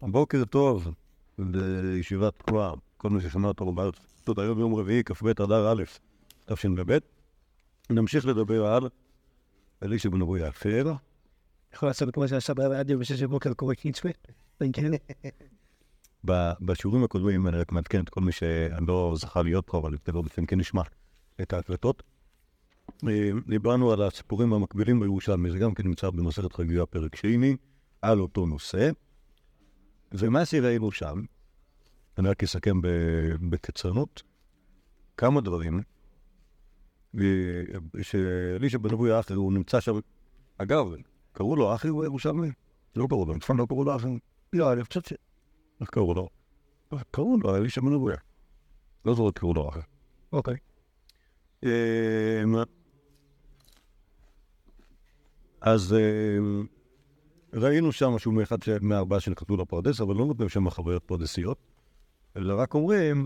בוקר טוב לישיבת תקועה, כל מי ששמע אותו בארץ. תודה, היום יום רביעי, כ"ב אדר א', תשפ"ב. נמשיך לדבר על אלישע בן אבויה האחר. יכול לעשות כמו שעכשיו ברדיו בשש בבוקר קורא קיצ'ווה? בשיעורים הקודמים אני רק מעדכן את כל מי שלא זכה להיות פה, אבל לפעמים כן נשמע את ההקלטות. דיברנו על הסיפורים המקבילים בירושלמי, זה גם כן נמצא במסכת חגיגה פרק שני, על אותו נושא. ומה שראינו שם, אני רק אסכם בקצרנות, כמה דברים, שאלישע בן אבויה האחר, הוא נמצא שם, אגב, קראו לו האחר בירושלמי? לא קראו לו, לפעמים לא קראו לו האחר. לא, אני חושב ש... איך קראו לו? קראו לו אלישע בן אבויה. לא זוכר קראו לו האחר. אוקיי. אז ראינו שם שהוא מאחד מהארבעה שנכנסו לפרדס, אבל לא נותנים שם חוויות פרדסיות, אלא רק אומרים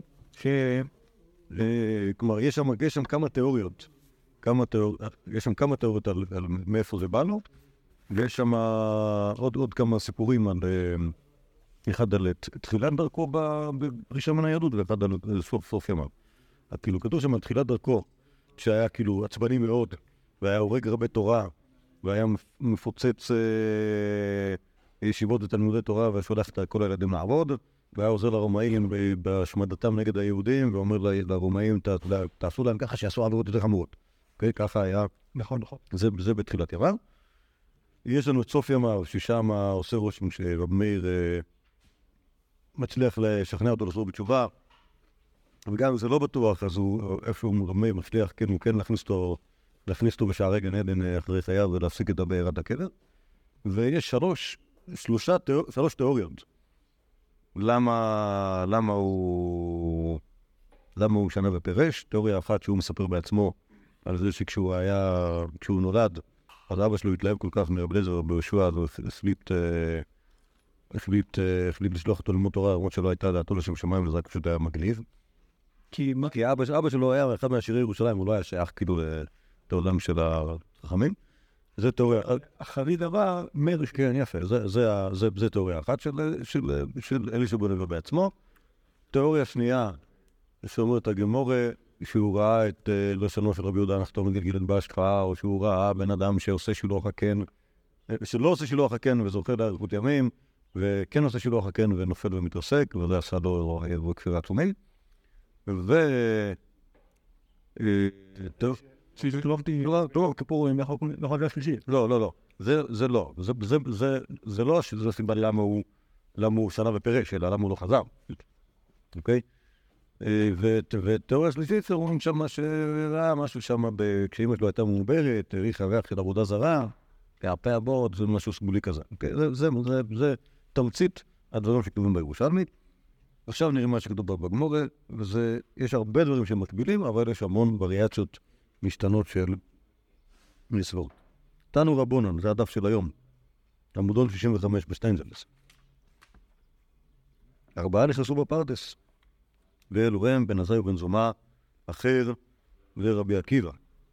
כלומר, יש שם כמה תיאוריות, יש שם כמה תיאוריות על מאיפה זה בא לו, ויש שם עוד כמה סיפורים על אחד על תחילת דרכו בראשון מן היהדות, ואחד על סוף ימיו. כאילו, כתוב שם על תחילת דרכו, שהיה כאילו עצבני מאוד, והיה הורג הרבה תורה, והיה מפוצץ ישיבות ותלמודי תורה, ושולח את כל הילדים לעבוד, והיה עוזר לרומאים בהשמדתם נגד היהודים, ואומר לרומאים, תעשו להם ככה שיעשו עבירות יותר חמורות. ככה היה. נכון. זה בתחילת ימיו. יש לנו את סוף ימיו, ששם עושה רושם שרב מאיר מצליח לשכנע אותו לחזור בתשובה, וגם אם זה לא בטוח, אז הוא איפשהו רב מאיר מצליח, הוא כן להכניס אותו בשערי גן עדן אחרי חייו ולהפסיק את בעירת הקבר. ויש שלוש תיאוריות. למה הוא שנה ופרש? תיאוריה אחת שהוא מספר בעצמו על זה שכשהוא נולד, אז אבא שלו התלהב כל כך מרב אליעזר ביהושע, אז הוא החליט לשלוח אותו ללמוד תורה, למרות שלא הייתה דעתו לשם שמיים, וזה רק פשוט היה מגניב. כי אבא שלו היה אחד מהשירי ירושלים, הוא לא היה שייך כאילו לעולם של החכמים. זה תיאוריה. אחרי דבר, מרש. כן, יפה. זה תיאוריה אחת של אלישע בן אבויה בעצמו. תיאוריה שנייה, שאומרת הגמורה, שהוא ראה את לשונו של רבי יהודה הנחתום מגלגלת בהשקעה, או שהוא ראה בן אדם שעושה שילוח הקן, שלא עושה שילוח הקן וזוכר לאריכות ימים, וכן עושה שילוח הקן ונופל ומתרסק, וזה עשה לו כפירה טומאת. טוב. לא, כפור לא חוויה שלישית. לא. זה לא. זה לא הסיבה למה הוא שנה ופרש, אלא למה הוא לא חזר. אוקיי? ותיאוריה שלישית, אומרים שם שראה משהו שם, כשאמא שלו הייתה מעוברת, הריחה ריח של עבודה זרה, הפה הבוט, זה משהו סגולי כזה. זה תמצית הדברים שכתובים בירושלמית. עכשיו נראה מה שכתוב בגמורה, יש הרבה דברים שמקבילים, אבל יש המון וריאציות משתנות של מסורת. תנו רבונן, זה הדף של היום, עמודון 65 בשטיינזלס. 4 נכנסו בפרדס, ואלו הם בן עזאי ובן זומא, אחר ורבי עקיבא.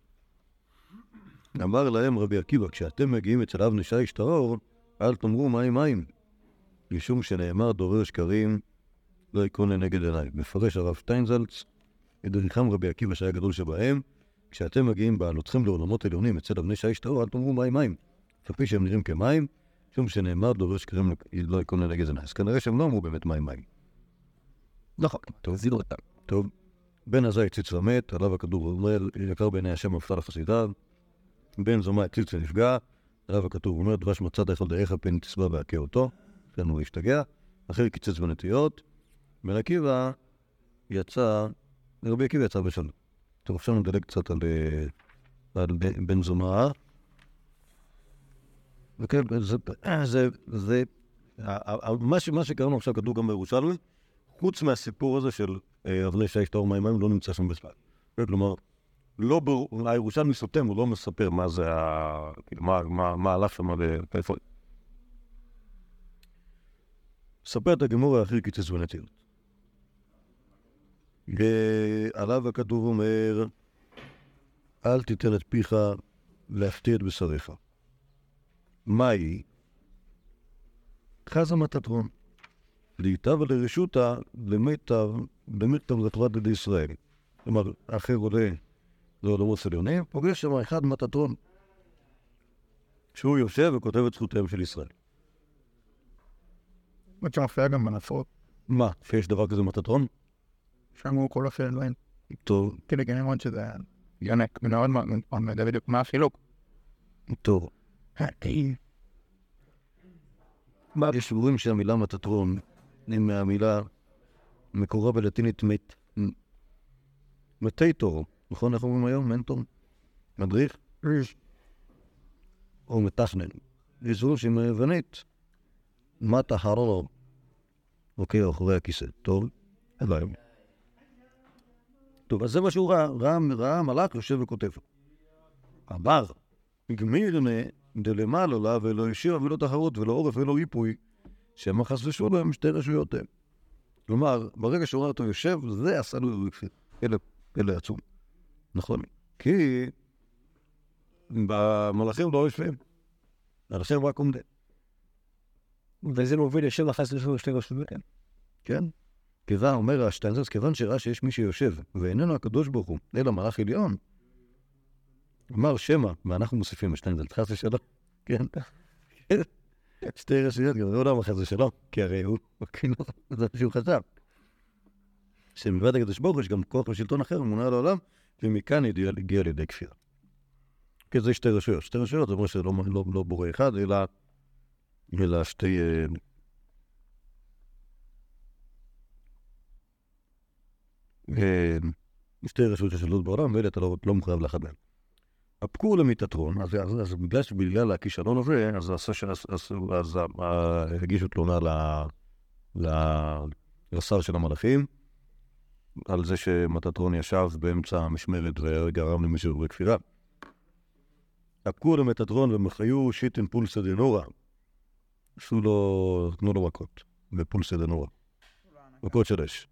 אמר להם רבי עקיבא, כשאתם מגיעים אצל אבני שיש טהור, אל תאמרו מים, משום שנאמר דובר שקרים, לא יקרון לנגד עיניי. מפרש הרב שטיינזלץ, הדריכם רבי עקיבא שהיה גדול שבהם, כשאתם מגיעים בעלותכם לעולמות עליונים אצל אבני שיש טהור, אל תאמרו מים, כפי שהם נראים כמים, משום שנאמר דובר שקרים לא יקרון לנגד עיניי. אז כנראה שהם לא אמרו באמת מים. נכון, זידו אותם. טוב, בן עזאי הציץ ומת, עליו הכתוב אומר, יקר בעיני השם מפתח לחסידיו, בן זומא הציץ ונפגע, עליו הכתוב אומר, דבש מצאת אחד דעיך פן תסבע והכה אותו, כאן הוא השתגע, אחר קיצץ בנטיות, רבי עקיבא יצא בשלום. טוב, עכשיו נדלג קצת על בן זומא. וכן, מה שקראנו עכשיו כתוב גם בירושלמי, חוץ מהסיפור הזה של אבני שיש טהור מים, לא נמצא שם בכלל. כלומר, הירושלמי סותם, הוא לא מספר מה זה, מה הלך שם ואיפה. ספר את הגמורה אחרי קיצץ בנטיות. ועליו הכתוב אומר, אל תיתן את פיך להפתיע את בשריך. מהי? חזה מטטרון. להיטב לרשותה למיטב לטובת ידי ישראל. כלומר, האחר עולה לעולמות עליונים, פוגש שם אחד מטאטרון, שהוא יושב וכותב את זכויותיהם של ישראל. מה שמופיע גם בנצרות, מה, שיש דבר כזה מטאטרון? שם הוא כל אפילו אלוהים. טוב, כאילו גם מאוד שזה יונק, מאוד מאוד, זה בדיוק מה החילוק. טוב. יש סבורים שהמילה מטאטרון היא מהמילה מקורה בלטינית מטייטור, נכון? איך אומרים היום? מנטור? מדריך? או מתכנן. יש סבורים שהיא מיוונית מטה הרולו, אוקיי, אחורי הכיסא. טוב? אלוהים. טוב, אז זה מה שהוא ראה מלאך יושב וכותב. אמר, גמירנה דלמעלה לה ולא ישיר ולא תחרות ולא עורף ולא ריפוי, שמה חס ושלום שתי רשויות הם. כלומר, ברגע שהוא ראה אותו יושב, זה עשה לו פלא עצום. נכון? כי במלאכים לא יושבים. מלאכים רק עומדים. וזה מוביל יושב לחס ושלום שתי רשויות. כן? כיוון, אומר השטיינזרס, כיוון שראה שיש מי שיושב, ואיננו הקדוש ברוך הוא, אלא מלאך עליון, אמר שמא, ואנחנו מוסיפים השטיינזרס, חס ושלום, כן? שתי רשויות, גם לא למה חס ושלום, כי הרי הוא, כאילו, זה מה שהוא חשב. שמלבד הקדוש ברוך הוא יש גם כוח ושלטון אחר, מונע לעולם, ומכאן הגיע לידי כפירה. כי זה שתי רשויות. שתי רשויות, זה אומר שלא בורא אחד, אלא שתי רשויות ששולטות בעולם, ואלה אתה לא מחויב לאחד מהם. הפקור למטאטרון, אז בגלל הכישלון הזה, אז הגישו תלונה לשר של המלאכים, על זה שמטאטרון ישב באמצע המשמרת וגרם למישהו בכפירה. הפקור למטאטרון ומחיו שיטן פולסא דנורא, תנו לו מכות, בפולסא דנורא. מכות של אש.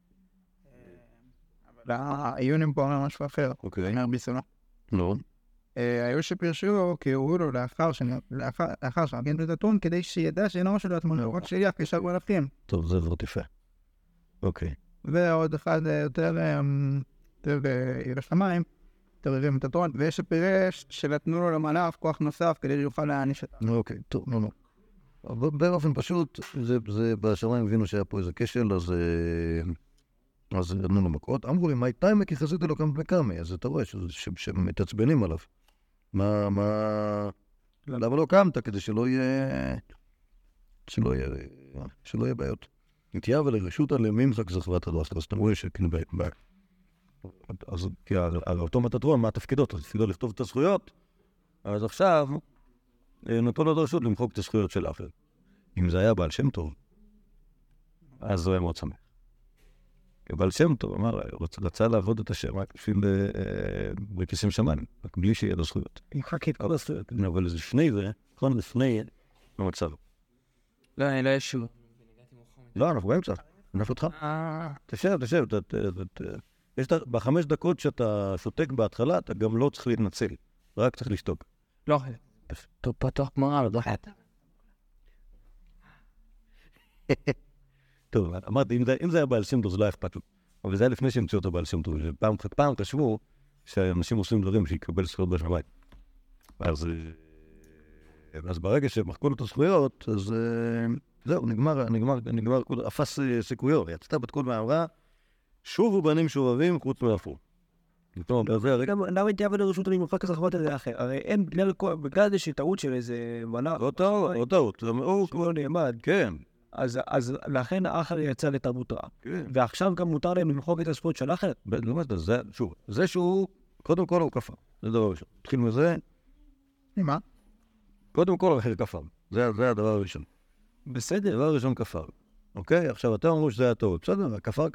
העיונים פה על משהו אחר. אוקיי. אומר ביסונו. לא. היו שפרשו כי הורו לו לאחר שהגן מטאטרון כדי שידע שאינו משהו לעצמו, רק שליח כשאר מלאכים. טוב, זה דבר יפה. אוקיי. ועוד אחד יותר ירא שמיים, יותר מטאטרון, ויש שפירש שנתנו לו למלאך כוח נוסף כדי שיוכל להעניש אותם. אוקיי, טוב, לא. באופן פשוט, זה בשמיים הבינו שהיה פה איזה כשל, אז נתנו לו מכות. אמרו לי, מה איתי כי חזית אלוקם בקמי? אז אתה רואה שמתעצבנים עליו. למה לא קמת? כדי שלא יהיה בעיות. נטייה ולרשות לממחק זכוות הדוח. אז אתה רואה אז אותו מטאטרון, מה התפקידות? תפקידו לכתוב את הזכויות. אז עכשיו נתנו לו רשות למחוק את הזכויות של אחר. אם זה היה בעל שם טוב, אז הוא היה מאוד שמח. בעל שם טוב, אמר, רצה לעבוד את השם רק בשביל בכיסים שמיים, רק בלי שיהיה לו זכויות. ימחק את כל הזכויות. אבל לפני זה, נכון, לפני המצב. לא, אני לא ישוב. לא, אנחנו באמצע. נפל אותך. תשב. ב5 דקות שאתה שותק בהתחלה, אתה גם לא צריך להתנצל. רק צריך לשתוק. לא, טוב, פתוח גמרא, לא חייב. טוב, אמרתי, אם זה היה בעל שם טוב, זה לא היה אכפת לו. אבל זה היה לפני שהמציאו אותו בעל שם טוב. פעם חשבו שאנשים עושים דברים שיקבל זכויות בשמיים. אז ברגע שמחקו לו את הזכויות, אז זהו, נגמר, אפס סיכויו. יצאת בת כל מאמרה, שובו בנים שובבים, חוץ מאפרו. למה הייתי עבד לרשות אני מופק הזכויות הזה אחר? הרי אין, בגלל זה שטעות של איזה מנה. לא טעות, הוא כבר נעמד. כן. אז לכן האחר יצא לתרבות רעה. כן. ועכשיו גם מותר להם למחוק את הזכויות של האחר. שוב, זה שהוא, קודם כל הוא כפר. זה דבר ראשון. התחיל מזה. מה? קודם כל האחר כפר. זה הדבר הראשון. בסדר. הדבר הראשון כפר. אוקיי? עכשיו אתם אמרו שזה היה טעות. בסדר, כפר.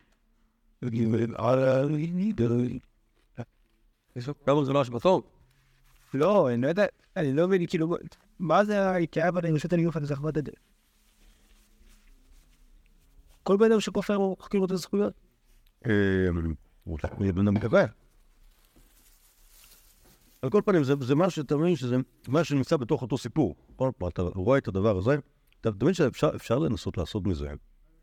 כמה זה לא השבתו? לא, אני לא יודע, אני לא מבין, כאילו, מה זה ההתייעב על הרשות הניגוף על הזכויות הזה? כל בן אדם שכופר הוא חוקר את הזכויות? הוא בן אדם מקווה. על כל פנים, זה מה שאתה מבין שזה מה שנמצא בתוך אותו סיפור. אתה רואה את הדבר הזה, אתה מבין שאפשר לנסות לעשות מזה,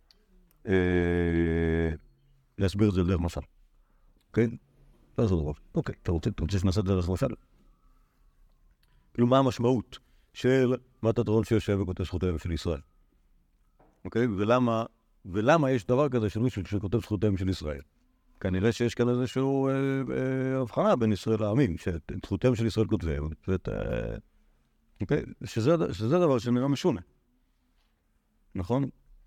להסביר את זה דרך משל. כן? לא לעשות דבר. אוקיי, אתה רוצה שנעשה את זה דרך משל? כאילו, מה המשמעות של מטאטרון שיושב וכותב זכותיהם של ישראל? אוקיי? ולמה יש דבר כזה של מישהו שכותב זכותיהם של ישראל? כנראה שיש כאן איזשהו הבחנה בין ישראל לעמים, שזכותיהם של ישראל כותבים, אוקיי? שזה דבר שנראה משונה. נכון?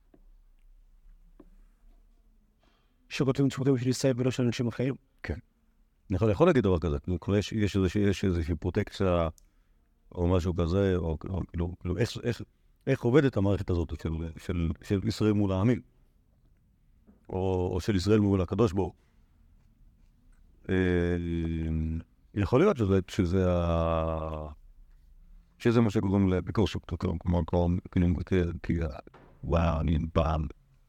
שכותבים את זכותיהם של ישראל ולא של אנשים אחרים. כן. אני יכול להגיד דבר כזה. יש איזושהי פרוטקציה או משהו כזה, או כאילו, איך עובדת המערכת הזאת של ישראל מול העמים? או של ישראל מול הקדוש ברוך הוא. יכול להיות שזה מה שקוראים לביקורשות, כלומר, וואו, אני פעם.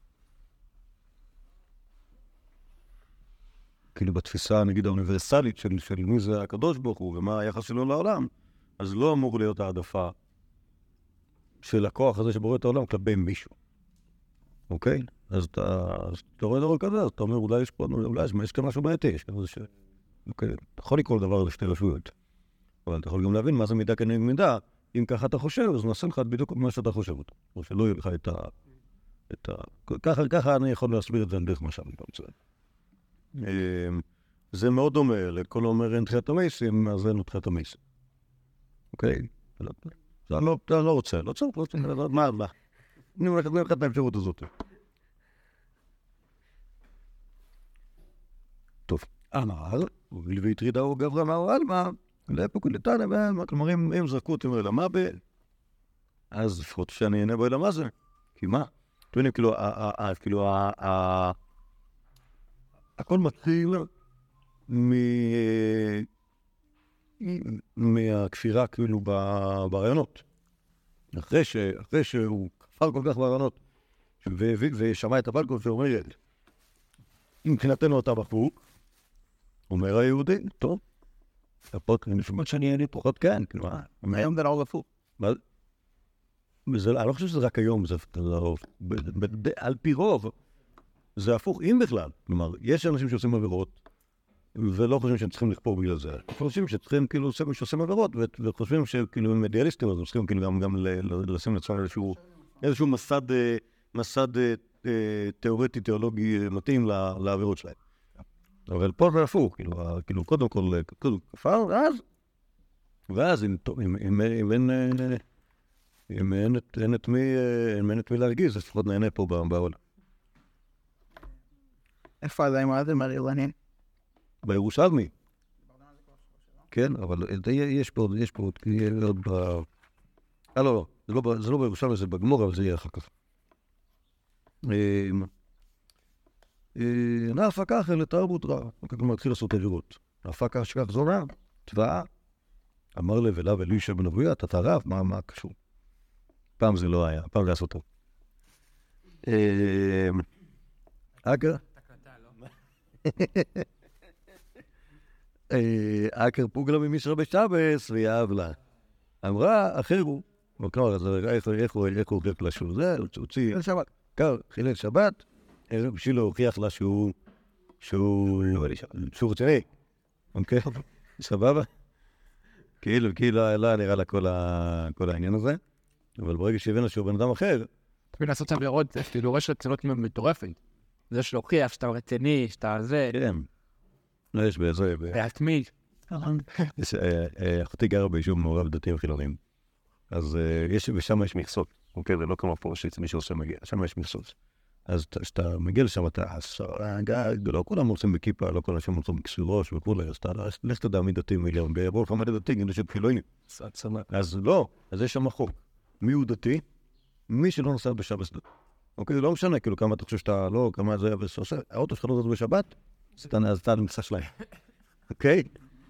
כאילו בתפיסה, נגיד, האוניברסלית של מי זה הקדוש ברוך הוא ומה היחס שלו לעולם, אז לא אמור להיות העדפה של הכוח הזה שבורא את העולם כלפי מישהו. אוקיי? אז אתה רואה דבר כזה, אז אתה אומר, אולי יש כאן משהו בעייתי, יש כאן איזה אוקיי, אתה יכול לקרוא דבר לשתי רשויות, אבל אתה יכול גם להבין מה זה מידה כנגד מידה, אם ככה אתה חושב, אז נעשה לך בדיוק מה שאתה חושב אותו, או שלא יהיה לך את ה... ככה אני יכול להסביר את זה דרך משל. זה מאוד דומה, לכל אומר אין תחיית המייסים, אז אין לו תחיית המייסים. אוקיי? אני לא רוצה, מה? אני הולך לך את האפשרות הזאת. טוב, אמר, והטרידהו גברא מהעלמא, לפוקולתנא, כלומר, אם זרקו אותם אל המבא, אז לפחות שאני אענה בו אל מה זה. כי מה? אתם יודעים, כאילו, הכל מתחיל מהכפירה, כאילו, ברעיונות. אחרי שהוא כפר כל כך ברעיונות, ושמע את הבלקון שאומרת, מבחינתנו אתה בחור, אומר היהודי, טוב, לפחות שאני אענה פחות כן, כאילו, היום זה לא רפוא. אני לא חושב שזה רק היום, על פי רוב, זה הפוך, אם בכלל. כלומר, יש אנשים שעושים עבירות, ולא חושבים שהם צריכים לכפור בגלל זה. חושבים שצריכים, כאילו, שעושים עבירות, וחושבים שכאילו הם אידיאליסטים, אז הם צריכים כאילו גם לשים לעצמם איזשהו מסד תיאורטי, תיאולוגי מתאים לעבירות שלהם. אבל פה זה הפוך, כאילו, קודם כל, כפר, ואז אם אין את מי להרגיז, אז לפחות נהנה פה בעולם. איפה זה עם האדם הלילנים? בירושלמי. כן, אבל יש פה עוד לא, זה לא בירושלמי, זה בגמור, אבל זה יהיה אחר כך. נהפך כך אלה תרבות רע, כלומר התחיל לעשות עבירות. נהפך כך שכך זונה, תבעה, אמר לבלה ולישה בנבויה, אתה רב, מה קשור? פעם זה לא היה, פעם זה היה סותר. אגר? אקר פוגלה ממישרה בשבס ויאהב לה. אמרה, אחר הוא, איך הוא הולך לשור? זה, הוציא חילל שבת, בשביל להוכיח לה שהוא רציני. אוקיי? סבבה? כאילו לא נראה לה כל העניין הזה, אבל ברגע שהבאנו שהוא בן אדם אחר, תמיד לעשות שם לראות, זה דורש רצינות מטורפת. זה שלהוכיח שאתה רציני, שאתה זה. כן. לא יש באיזה... להתמיד. אחותי גרה ביישוב מעורב דתיים חילונים. אז ושם יש מכסות. אוקיי, זה לא כמו פה שמישהו עושה מגיע. שם יש מכסות. אז כשאתה מגיע לשם, לא כולם עושים בכיפה, לא כולם שם עושים בכיסוי ראש וכולי, אז לך תדע מי דתי מיליון. בואו לך מה דתי, הנה של חילונים. אז לא, אז יש שם חוק. מי הוא דתי? מי שלא נוסע בשבת. אוקיי, זה לא משנה, כאילו כמה אתה חושב שאתה לא, כמה זה עושה, האוטו שלך לא נוסע בשבת, אז אתה נמצא שלהם. אוקיי?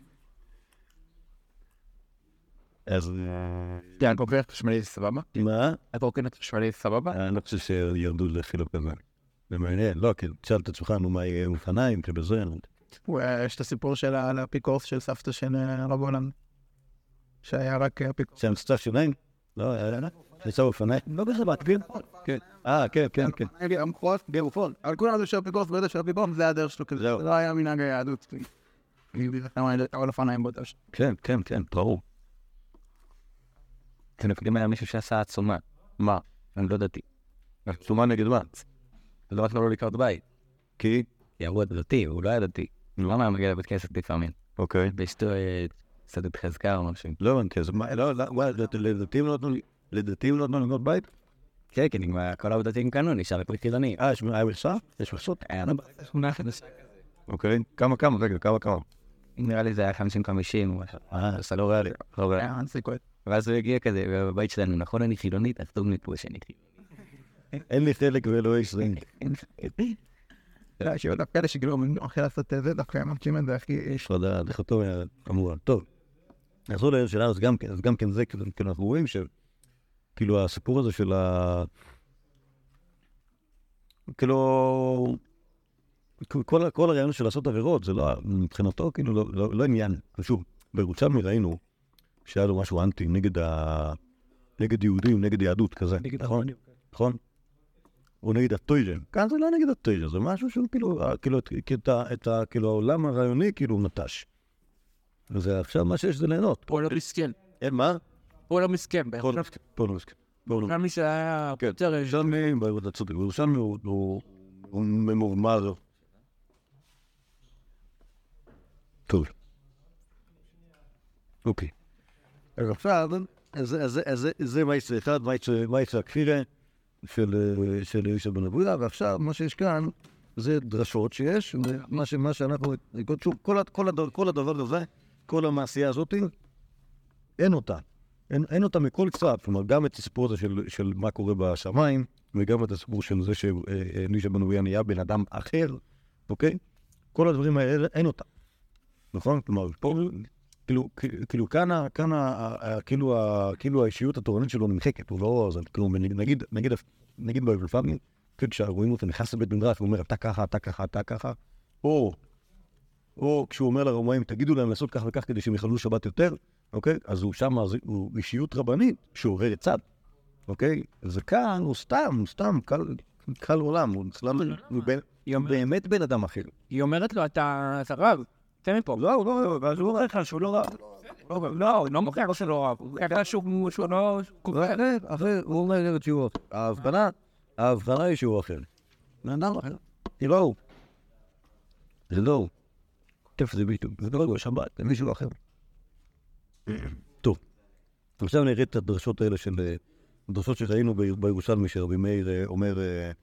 אז... כן, קורקינט חשמלי סבבה? מה? הקורקינט חשמלי סבבה? אני לא חושב שירדו לחילוק כזה. זה מעניין, לא, כי תשאל את עצמך, נו, מה יהיה אופניים, שבזה... יש את הסיפור של האפיקורס של סבתא של רב עולם, שהיה רק אפיקורס. שם סצף שיניים? לא, ניצב בפני? לא בשבת, בירפון. כן. כן. המחוז, בירפון. אבל כולנו זה שאפיקורס, ברגע שאפיקורס זה הדרך שלו כזה. זהו. זה לא היה מנהג היהדות. אבל אופניים באותה שעה. כן, ברור. אתם יודעים היה מישהו שעשה עצומה. מה? אני לא ידעתי. עצומה נגד מה? זה לא רק לא לקראת בית. כי? כי הוא דתי, הוא לא היה דתי. למה היה מגיע לבית כנסת לפעמים? אוקיי. באשתו צדק חזקה או משהו. לא הבנתי, אז מה, לדתיים לא נתנו לקנות בית? כן, כי כל הדתיים קנו, נשאר לפי חילוני. היה מכסה? יש מכסות? היה שכונה חדשה כזה. אוקיי. כמה? רגע, כמה? נראה לי זה היה 50-50 או משהו. זה לא ריאלי. לא ריאלי. אין סיכוי. ואז הוא הגיע כזה, בבית שלנו, נכון אני חילונית, אז טוב מפה שאני חילונית. אין לי חלק ולא יש זה. שיהיו דווקא כאלה שגילו אחרי לעשות את זה, דווקא הם ממשים את זה הכי איש. תודה, דחתו כמובן. טוב. נחזור לעניין שלנו, אז גם כן זה, כאילו אנחנו רואים שכאילו הסיפור הזה של כאילו כל הרעיון של לעשות עבירות, זה לא, מבחינתו כאילו לא עניין. ושוב, בירושלמי ראינו שהיה לו משהו אנטי נגד יהודים, נגד יהדות כזה, נכון? או נגד הטוירה. כאן זה לא נגד הטוירה, זה משהו שהוא כאילו העולם הרעיוני כאילו נטש. וזה עכשיו מה שיש זה ליהנות. פה לא מסכן. אין מה? פה לא מסכן. פה לא מסכן. גם מי שהיה... כן, ירושלמי, ירושלמי הוא ממורמר. טוב. אוקיי. עכשיו, זה מה יצא אחד, מה יצא הכפירה של ישע בן אבויה, ועכשיו מה שיש כאן זה דרשות שיש, מה שאנחנו, שוב, כל הדבר הזה, כל המעשייה הזאת, אין אותה. אין אותה מכל קצת, כלומר, גם את הסיפור הזה של מה קורה בשמיים, וגם את הסיפור של זה שישע בן אבויה נהיה בן אדם אחר, אוקיי? כל הדברים האלה, אין אותה. נכון? כלומר, פה, כאילו כאן כאילו האישיות התורנית שלו נמחקת, הוא לא, אז כאילו, נגיד בפעמים, כשרואים אותו נכנס לבית מדרש, הוא אומר, אתה ככה, או כשהוא אומר לרומאים, תגידו להם לעשות כך וכך כדי שהם יחללו שבת יותר, אוקיי? אז הוא שם, הוא אישיות רבנית שעוברת צד, אוקיי? אז כאן הוא סתם, קל עולם, הוא באמת בן אדם אחר. היא אומרת לו, אתה רב, תן מפה. לא, הוא אומר לך שהוא לא רב. לא, לא מוכר לו שלא רב. הוא ככה שהוא לא... אחר, הוא אומר את שהוא אחר. ההבחנה היא שהוא אחר. בן אדם אחר. היא לא הוא. זה לא הוא. כיף זה בדיוק. זה לא שבת, זה מישהו אחר. טוב. עכשיו נראה את הדרשות האלה של... הדרשות שראינו בירושלמי שרבי מאיר אומר...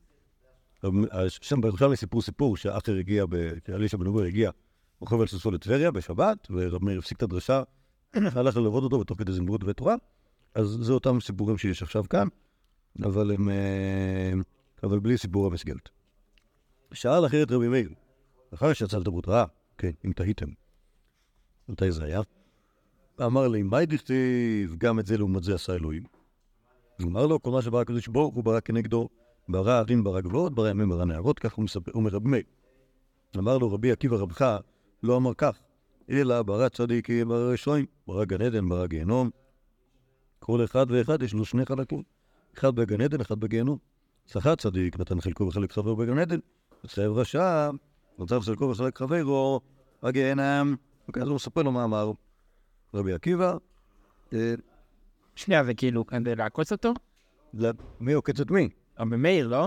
שם בירושלמי סיפור שהאחר הגיע, שאלישע בן אבויה הגיע, רוכב על סוסו לטבריה בשבת, ורבי מאיר הפסיק את הדרשה, הלך ללוות אותו בתוך כדי זמרות ותורה, אז זה אותם סיפורים שיש עכשיו כאן, אבל בלי סיפור המסגרת. שאל אחרת רבי מאיר, אחר שיצא לתרבות רעה, כן, אם תהיתם, מתי זה היה? אמר לי, מה דכתיב גם את זה לעומת זה עשה אלוהים? אמר לו, כל מה שברא הקדוש ברוך הוא ברא כנגדו, ברא ערים, ברא גבעות, ברא ימים, ברא נהרות, כך הוא אומר רבי מאיר. אמר לו רבי עקיבא רבך, לא אמר כך, אלא ברא צדיקים, ברא רשעים, ברא גן עדן, ברא גיהנום. כל אחד ואחד יש לו שני חלקים, אחד בגן עדן, אחד בגיהנום. שכר צדיק נתן חלקו וחלק חברו בגן עדן, וחייב רשע, נתן חלקו וחלק חברו בגיהנום. אז הוא מספר לו מה אמר רבי עקיבא. שנייה, וכאילו, כדי לעקוץ אותו? מי עוקץ את מי? רבי מאיר, לא?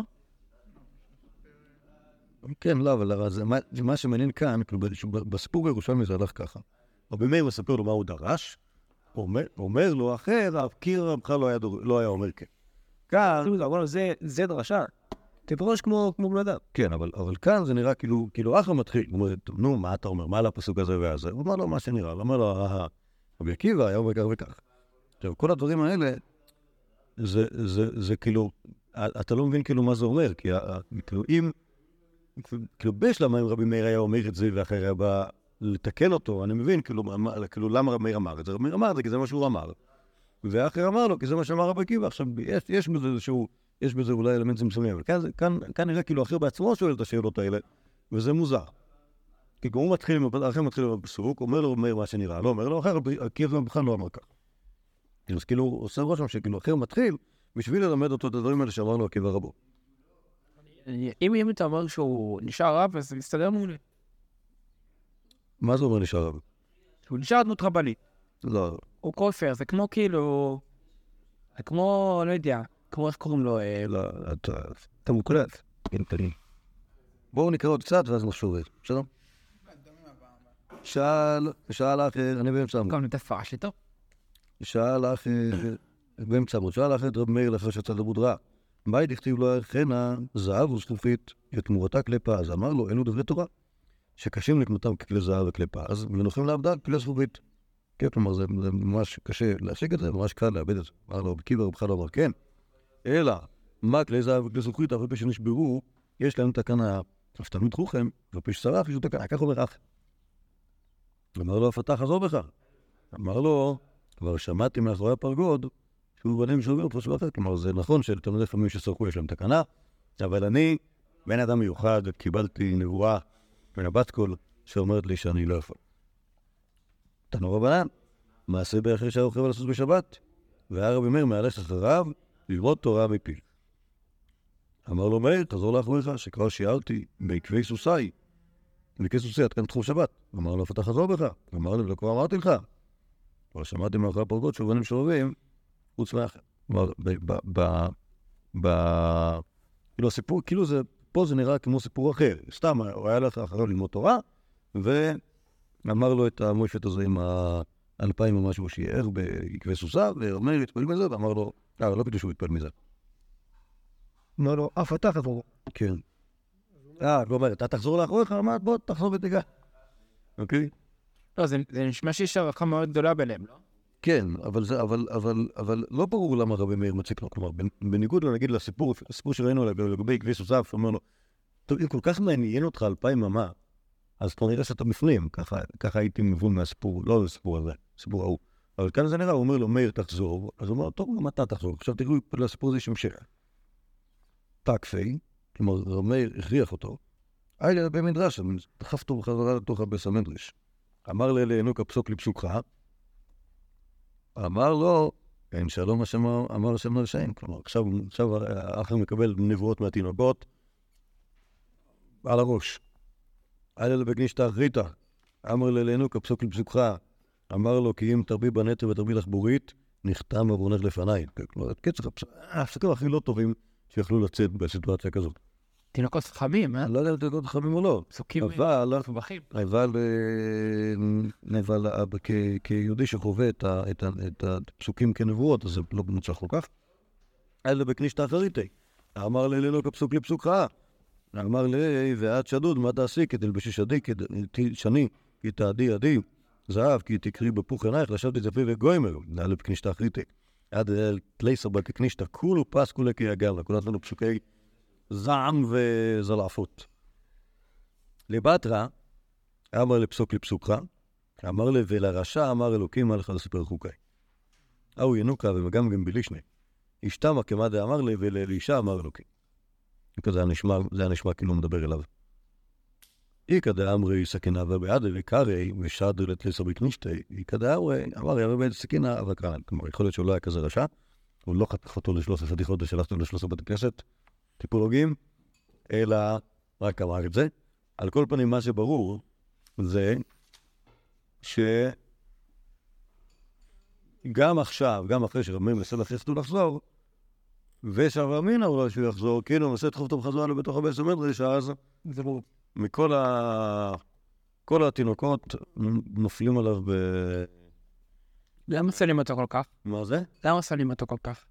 כן, לא, אבל מה שמעניין כאן, בסיפור בירושלמי זה הלך ככה. רבי מאיר מספר לו מה הוא דרש, אומר לו, אחר, קיר רבך לא היה אומר כן. כאן... זה דרשה. תפרוש כמו בן אדם. כן, אבל כאן זה נראה כאילו אחר מתחיל. הוא אומר, נו, מה אתה אומר? מה על הפסוק הזה והזה? הוא אומר לו מה שנראה. הוא אומר לו, רבי עקיבא היה אומר כך וכך. עכשיו, כל הדברים האלה, זה כאילו, אתה לא מבין כאילו מה זה אומר, כי כאילו אם... כאילו בשלמה אם רבי מאיר היה אומר את זה ואחר היה בא לתקן אותו, אני מבין כאילו למה רבי מאיר אמר את זה. רבי מאיר אמר את זה כי זה מה שהוא אמר, ואחר אמר לו כי זה מה שאמר רבי עקיבא. עכשיו יש בזה איזשהו, יש בזה אולי אלמנטים מסוימים, אבל כאן נראה כאילו אחר בעצמו שואל את השאלות האלה, וזה מוזר. כי כמו הוא מתחיל עם הפסוק, אומר לו רבי מאיר מה שנראה, לא אומר לו אחר עקיבא בכלל לא אמר כך. אז כאילו עושה רושם שכאילו אחר מתחיל בשביל ללמד אותו את הדברים האלה שאמר לו עקיבא רבו. אם אתה אומר שהוא נשאר רב, אז זה מסתדר מעולה. מה זה אומר נשאר רב? הוא נשאר דמות רבנית. לא, הוא כופר, זה כמו כאילו... זה כמו, לא יודע, כמו איך קוראים לו... לא, אתה מוקלט. בואו נקרא עוד קצת ואז נחשוב. בסדר? שאל אחר, אני באמצע. גם נתפרש איתו. שאל אחר, באמצע עמוד, שאל אחר את רב מאיר לאחר שיצא לבוד רע. מה דכתיב לו ערכנה, זהב וזכוכית, ותמורתה כלי פז. אמר לו, אלו דברי תורה, שקשים לקנותם ככלי זהב וכלי פז, ונוחים לעבדה כלי זכוכית. כן, כלומר, זה ממש קשה להשיג את זה, ממש קל לאבד את זה. אמר לו, עקיבא רבך לא אמר, כן. אלא, מה כלי זהב וכלי זכוכית, אחרי שנשברו, יש להם תקנה, אז תלמיד חוכם, ופה ששרף, יש לו תקנה, כך אומר אח. אמר לו, הפתח חזור בך. אמר לו, כבר שמעתי מאחורי הפרגוד, שהוא בנים שאומר פה שהוא אחר. כלומר, זה נכון שלתלמידי חכמים שסרקו יש להם תקנה, אבל אני, בן אדם מיוחד, קיבלתי נבואה מן הבת קול, שאומרת לי שאני לא יכול. תנו רבנן, מעשה באחר שהרוכב על הסוס בשבת, והרבי מאיר מהלך אחריו ללמוד תורה מפיו. אמר לו מאיר, תחזור לאחוריך, שכבר שיערתי בעקבי סוסי, בעקבי סוסי, עד כאן תחום שבת. אמר לו, פתח חזור בך. אמר לו, כבר אמרתי לך. כבר שמעתי מאחורי הפרגוד שהוא בנים שאוהבים, חוץ מאחר. כלומר, כאילו הסיפור, כאילו זה, פה זה נראה כמו סיפור אחר. סתם, הוא היה לך אחריו ללמוד תורה, ואמר לו את המושת הזה עם 2,000 או משהו שיער בעקבי סוסה, ואומר להתפעל מזה, ואמר לו, לא פתאום שהוא התפעל מזה. אמר לו, פתח חזור. כן. הוא אומר, אתה תחזור לאחוריך, אמר, בוא, תחזור ותיגע. אוקיי? לא, זה נשמע שיש הערכה מאוד גדולה ביניהם, לא? כן, אבל לא ברור למה רבי מאיר מציק לו. כלומר, בניגוד נגיד לסיפור שראינו לגבי עקבי סוסה, הוא אומר לו, טוב, אם כל כך מעניין אותך 2,000 אמה, אז כבר נראה שאתה בפנים. ככה הייתי מבון מהסיפור, לא לסיפור הזה, סיפור ההוא. אבל כאן זה נראה, הוא אומר לו, מאיר תחזור, אז הוא אומר, טוב, גם אתה תחזור. עכשיו תראו, לסיפור הזה יש המשך. תקפי, כלומר, רבי מאיר הכריח אותו, היה לי במדרש, דחף אותו בחזרה לתוך הבית המדרש. אמר לאלוהינו כפסוק לפסוקך, אמר לו, אין שלום השם אמר השם לרשעים. כלומר, עכשיו האחר מקבל נבואות מהתינוקות על הראש. היה לו בגנישתא אחריתא, אמר לאלוהינו כפסוק לפסוקך, אמר לו, כי אם תרבי בנטר ותרבי לחבורית, נחתם עוונך לפניי. כלומר, קצר, הפסוקים הכי לא טובים שיכלו לצאת בסיטואציה כזאת. תינוקות חכמים, לא יודע אם תינוקות חכמים או לא. פסוקים מבחים. אבל כיהודי שחווה את הפסוקים כנבואות, אז זה לא מוצלח כל כך. אלא בקנישתא אחריתי. אמר לאלוהינו כפסוק לפסוקך. אמר לי, ואת שדוד, מה תעשי? כי תלבשי שני, כי תעדי ידי, זהב, כי תקרי בפוך עינייך, לשבת את יפי וגוימר. נעלה בקנישתא אחריתי. עד תלייסר בקנישתא, כולו פס כולי כיגר, כולנו לנו פסוקי זעם וזלעפות. לבטרה, אמר לפסוק לפסוקך, אמר לי, ולרשע אמר אלוקים מה לך לספר חוקי. אהו ינוקה ומגמגם בלישני. אשתמה כמה דאמר לי, ולאישה אמר אלוקים. זה היה נשמע כאילו מדבר אליו. איקא דאמרי סכינה ובעד וקרי ושד לתליסר בקנישתי. איקא דאמרי, אמר יראה בעד סכינה וקרן. כלומר, יכול להיות שהוא לא היה כזה רשע, הוא לא חתך אותו ל13 חתיכות ושלחת לו ל13 בתי כנסת, טיפולוגים, אלא רק אמר את זה. על כל פנים, מה שברור זה שגם עכשיו, גם אחרי שרבים מנסה להכניסו לחזור, ושאר אמינא אולי שהוא יחזור, כאילו מנסה לדחוף אותו בחזרה לו בתוך הבית המדרש, אז מכל כל התינוקות נופלים עליו למה שונאים אותו כל כך? מה זה? למה שונאים אותו כל כך?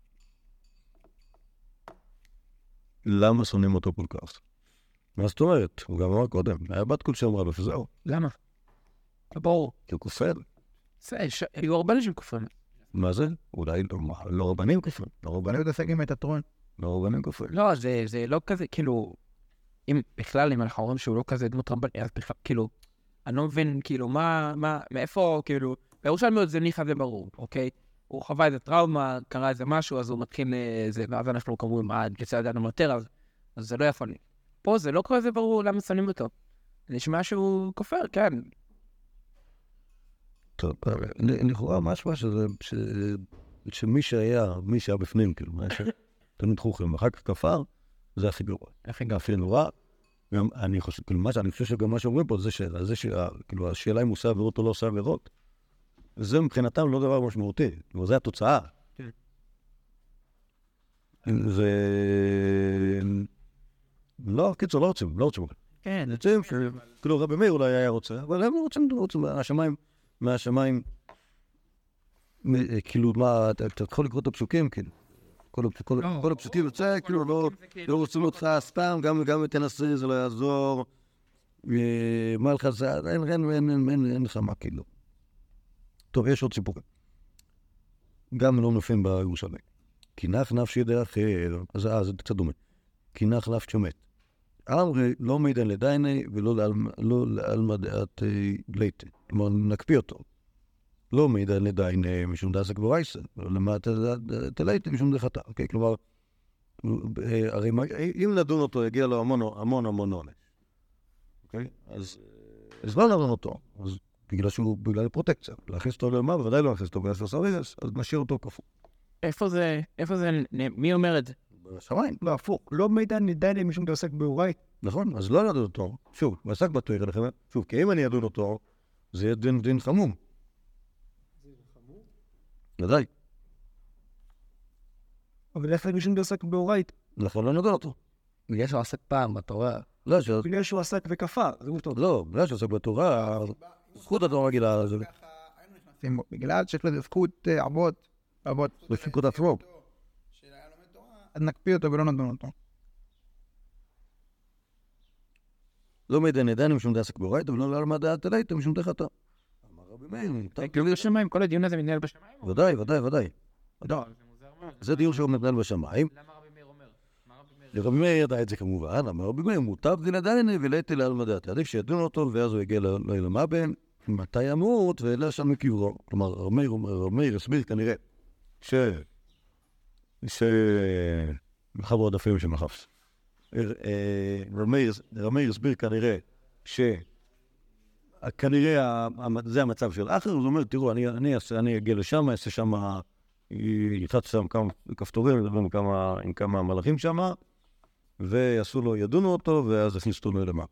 למה שונאים אותו כל כך? מה זאת אומרת? הוא גם אמר קודם, היה בת קול שאמרה לו שזהו. למה? ברור. כי הוא כופר. היו הרבה אנשים כופרים. מה זה? אולי לא רבנים כופרים. לא רבנים מתעסקים את הטרון. לא רבנים כופרים. לא, זה לא כזה, כאילו, אם בכלל, אם אנחנו אומרים שהוא לא כזה דמות רבני, אז בכלל, כאילו, אני לא מבין, כאילו, מאיפה, כאילו, בירושלמיות זה ניחא זה ברור, אוקיי? הוא חווה איזה טראומה, קרה איזה משהו, אז הוא מתחיל איזה, ואז אנחנו קוראים, כיצד ידענו יותר, אז זה לא יכול להיות. פה זה לא כזה ברור למה שונאים אותו. זה נשמע שהוא כופר, כן. טוב, לכאורה משהו שמי שהיה בפנים, כאילו, תלמיד חוכם, ואחר כך כפר, זה הכי גרוע. הכי נורא. גם אני חושב שגם מה שאומרים פה, זה כאילו, השאלה אם הוא עושה עבירות או לא עושה עבירות, זה מבחינתם לא דבר משמעותי. אבל זה התוצאה. זה... לא, קיצור, לא רוצים. כן. רוצים, כאילו, רבי מאיר אולי היה רוצה, אבל הם רוצים מהשמיים, כאילו, מה, אתה יכול לקרוא את הפסוקים, כאילו. כל הפסוקים יוצא, כאילו, לא רוצים אותך סתם, גם תנסה, זה לא יעזור. מה לך זה, אין לך מה, כאילו. טוב, יש עוד סיפורים. גם לא נופים בירושלים. כי נח נפשי דאחר, אז זה קצת דומה. כי נח נפשי מת. אמרי לא מידן לדייני ולא לעלמא דעת ליטה. כלומר, נקפיא אותו. לא מידן לדייני משום דעסק בורייסה, ולמה תליטה משום דחתה. אוקיי, כלומר, הרי אם נדון אותו, יגיע לו המון עונש. אוקיי? אז לא נדון אותו. אז בגלל פרוטקציה. להכניס אותו למה, בוודאי לא להכניס אותו בגלל שעושה רגש, אז נשאיר אותו כפור. איפה זה, מי אומר את זה? בשמיים. לא, הפוך. לא מידן לדייני משום דעסק בורייסה. נכון, אז לא נדון אותו. שוב, ועסק בתואר לכם, שוב, כי אם אני אדון אותו, זה יהיה דין חמום. ודאי. אבל איפה משום דעסק בורייסה? נכון, לא נדון אותו. בגלל שהוא עסק פעם בתורה. לא, בגלל שהוא עסק וכפר, זה הוא טוב. לא, בגלל שעסק בתורה, זכות התורה רגילה. בגלל שיש לזה זכות אבות. לפיקוד עצמו. אז נקפיא אותו ולא נדון אותו. לא מידן לדייני משום דעסק בורייסה, ולא לעלמא דעת ליטה משום דחתה. אמר רבי מאיר, כאילו בשמיים, כל הדיון הזה מתנהל בשמיים? ודאי. לא, זה מוזר מאוד. זה דיון שהוא מתנהל בשמיים. למה רבי מאיר אומר? לרבי מאיר ידע את זה כמובן, אמר רבי מאיר, מוטב דין לדייני ולייתי לעלמא דעת. עדיף שידון אותו, ואז הוא יגיע לעילמה בן, מתי ימות, ואלה שם מקברו. כלומר, רבי מאיר הסביר כנראה מחבר דפים שמחפש. רבי מאיר הסביר כנראה כנראה זה המצב של אחר, הוא אומר, תראו, אני אגיע לשם, אעשה שם, ילחץ שם כמה כפתורים, נדבר עם כמה מלאכים שם, ויעשו לו, ידונו אותו, ואז הכניסו אותו ללמה.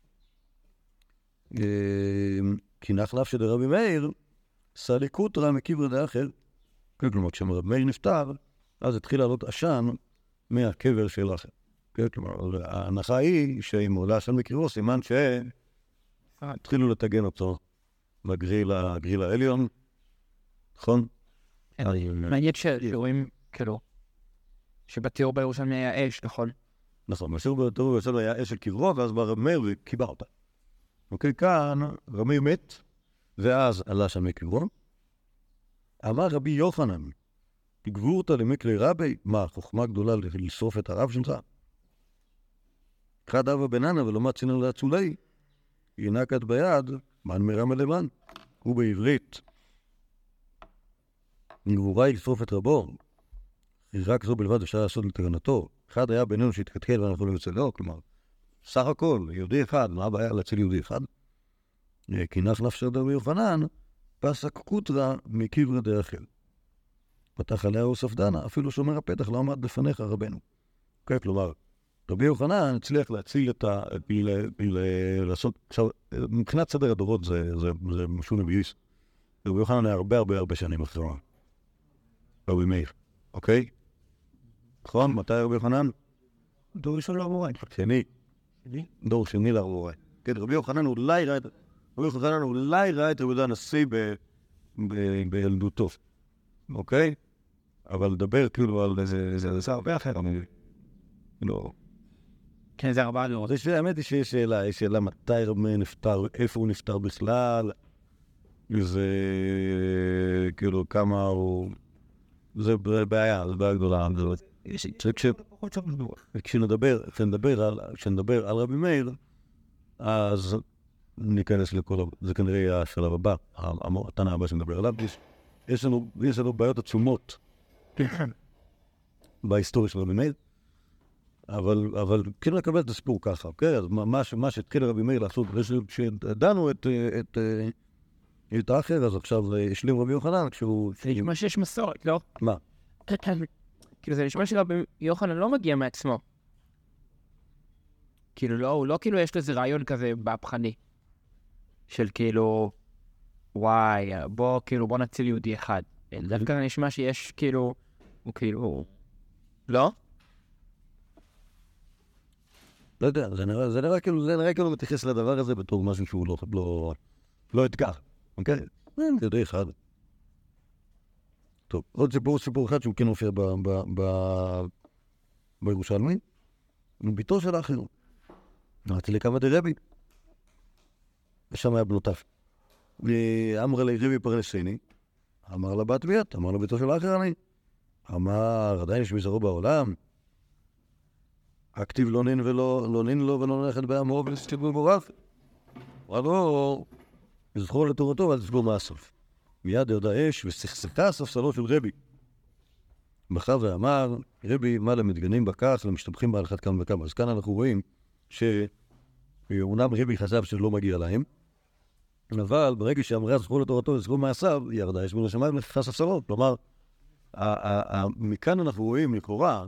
כי נח נפשי דרבי מאיר, סליקותרא מקברי דאחר, כלומר, כשרבי מאיר נפטר, אז התחיל לעלות עשן מהקבר של אחר. כלומר, ההנחה היא שאם עולה עשן מקברו, סימן התחילו לטגן אותו בגריל העליון, נכון? מעניין שרואים, כאילו, שבתיאור בירושלים היה אש, נכון? נכון, בתיאור בירושלים היה אש של קברו, ואז בא רבי מאיר וקיבע אותה. אוקיי, כאן רבי מאיר מת, ואז עלה שם מקברו. אמר רבי יוחנן, גבורתא למקרי רבי, מה, חוכמה גדולה לשרוף את הרב שלך? אחד אבא בננה ולא מצינן לאצולי, ינקת ביד, מן מרמה למען. הוא בעברית. גבורה היא לשרוף את רבו. רק זו בלבד אפשר לעשות לתגנתו. אחד היה בינינו שהתקתקל ואנחנו לא יוצא לו, כלומר, סך הכל, יהודי אחד, מה הבעיה להציל יהודי אחד? כי נח נפשי דרבי יוחנן, פסק קוטרא מקברי דאחר. פתח עליה יוסף דנה, אפילו שומר הפתח לא עמד בפניך רבנו. אוקיי, כלומר, רבי יוחנן הצליח להציל לעשות, עכשיו, מבחינת סדר הדורות זה משהו נביאיס. רבי יוחנן היה הרבה שנים אחרי רבי מאיר, אוקיי? נכון? מתי רבי יוחנן? דור ראשון לאמוראי. שני. דור שני לאמוראי. כן, רבי יוחנן אולי ראה את רבי יהודה הנשיא בילדותו, אוקיי? אבל לדבר כאילו על איזה הרבה אחר, לא. כן, זה 4 דורות. האמת היא שיש שאלה מתי רבי מאיר נפטר, איפה הוא נפטר בכלל, זה כאילו כמה הוא, זה בעיה גדולה. כשנדבר על רבי מאיר, אז ניכנס לכל, זה כנראה יהיה השלב הבא, התנא הבא שנדבר עליו. יש לנו בעיות עצומות בהיסטוריה של רבי מאיר, אבל כן לקבל את הסיפור ככה, אוקיי? אז מה שהתחיל רבי מאיר לעשות, כשדנו את האחר, אז עכשיו השלים רבי יוחנן כשהוא... זה נשמע שיש מסורת, לא? מה? כאילו זה נשמע שרבי יוחנן לא מגיע מעצמו. כאילו לא, הוא לא כאילו יש לו איזה רעיון כזה בהפכני. של כאילו, וואי, בוא נציל יהודי אחד. דווקא נשמע שיש כאילו, הוא כאילו, לא? לא יודע, זה נראה כאילו מתייחס לדבר הזה בתור משהו שהוא לא אתגר, אוקיי? זה די אחד. טוב, עוד סיפור אחד שהוא כן מופיע בירושלמי, הוא ביתו של האחר. נראיתי לכמה דרבי, ושם היה בנותיו. ואמר לי רבי פרלסיני, אמר לה בת ביאת, אמר לה ביתו של האחר אני. אמר, עדיין יש מזרעו בעולם, הכתיב לא נין לו ולא נלכת בעמו ולסתיבו בוריו. אמר לו, זכור לתורתו ואל תסגור מהסוף. מיד ירדה אש וסכסכה ספסלו של רבי. בכה ואמר, רבי, מה למתגנים בכך ומשתבחים בהלכת כמה וכמה. אז כאן אנחנו רואים שאומנם רבי חשב שלא מגיע להם, אבל ברגע שאמרה זכור לתורתו וזכור מעשיו, ירדה אש מן השמיים וסכסכה ספסלו. כלומר, מכאן אנחנו רואים לכאורה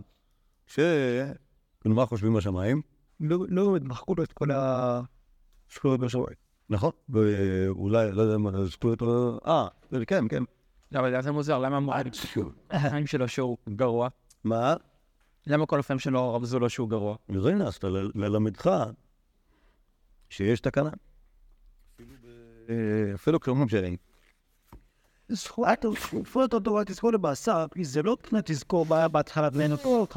מה חושבים בשמיים? לא באמת מחקו לו את כל הזכויות בשמיים. נכון, ואולי, לא יודע מה, זכויות... כן. לא, אבל זה מוזר, למה אמרו החיים שלו שהוא גרוע? מה? למה כל הפעמים שלו רמזו לו שהוא גרוע? וזה הנה, ללמדך שיש תקנה. אפילו כשאומרים שאין. זכויות התורה תזכור למעשה, זה לא תכנת תזכור מה היה בהתחלת ואין אותו.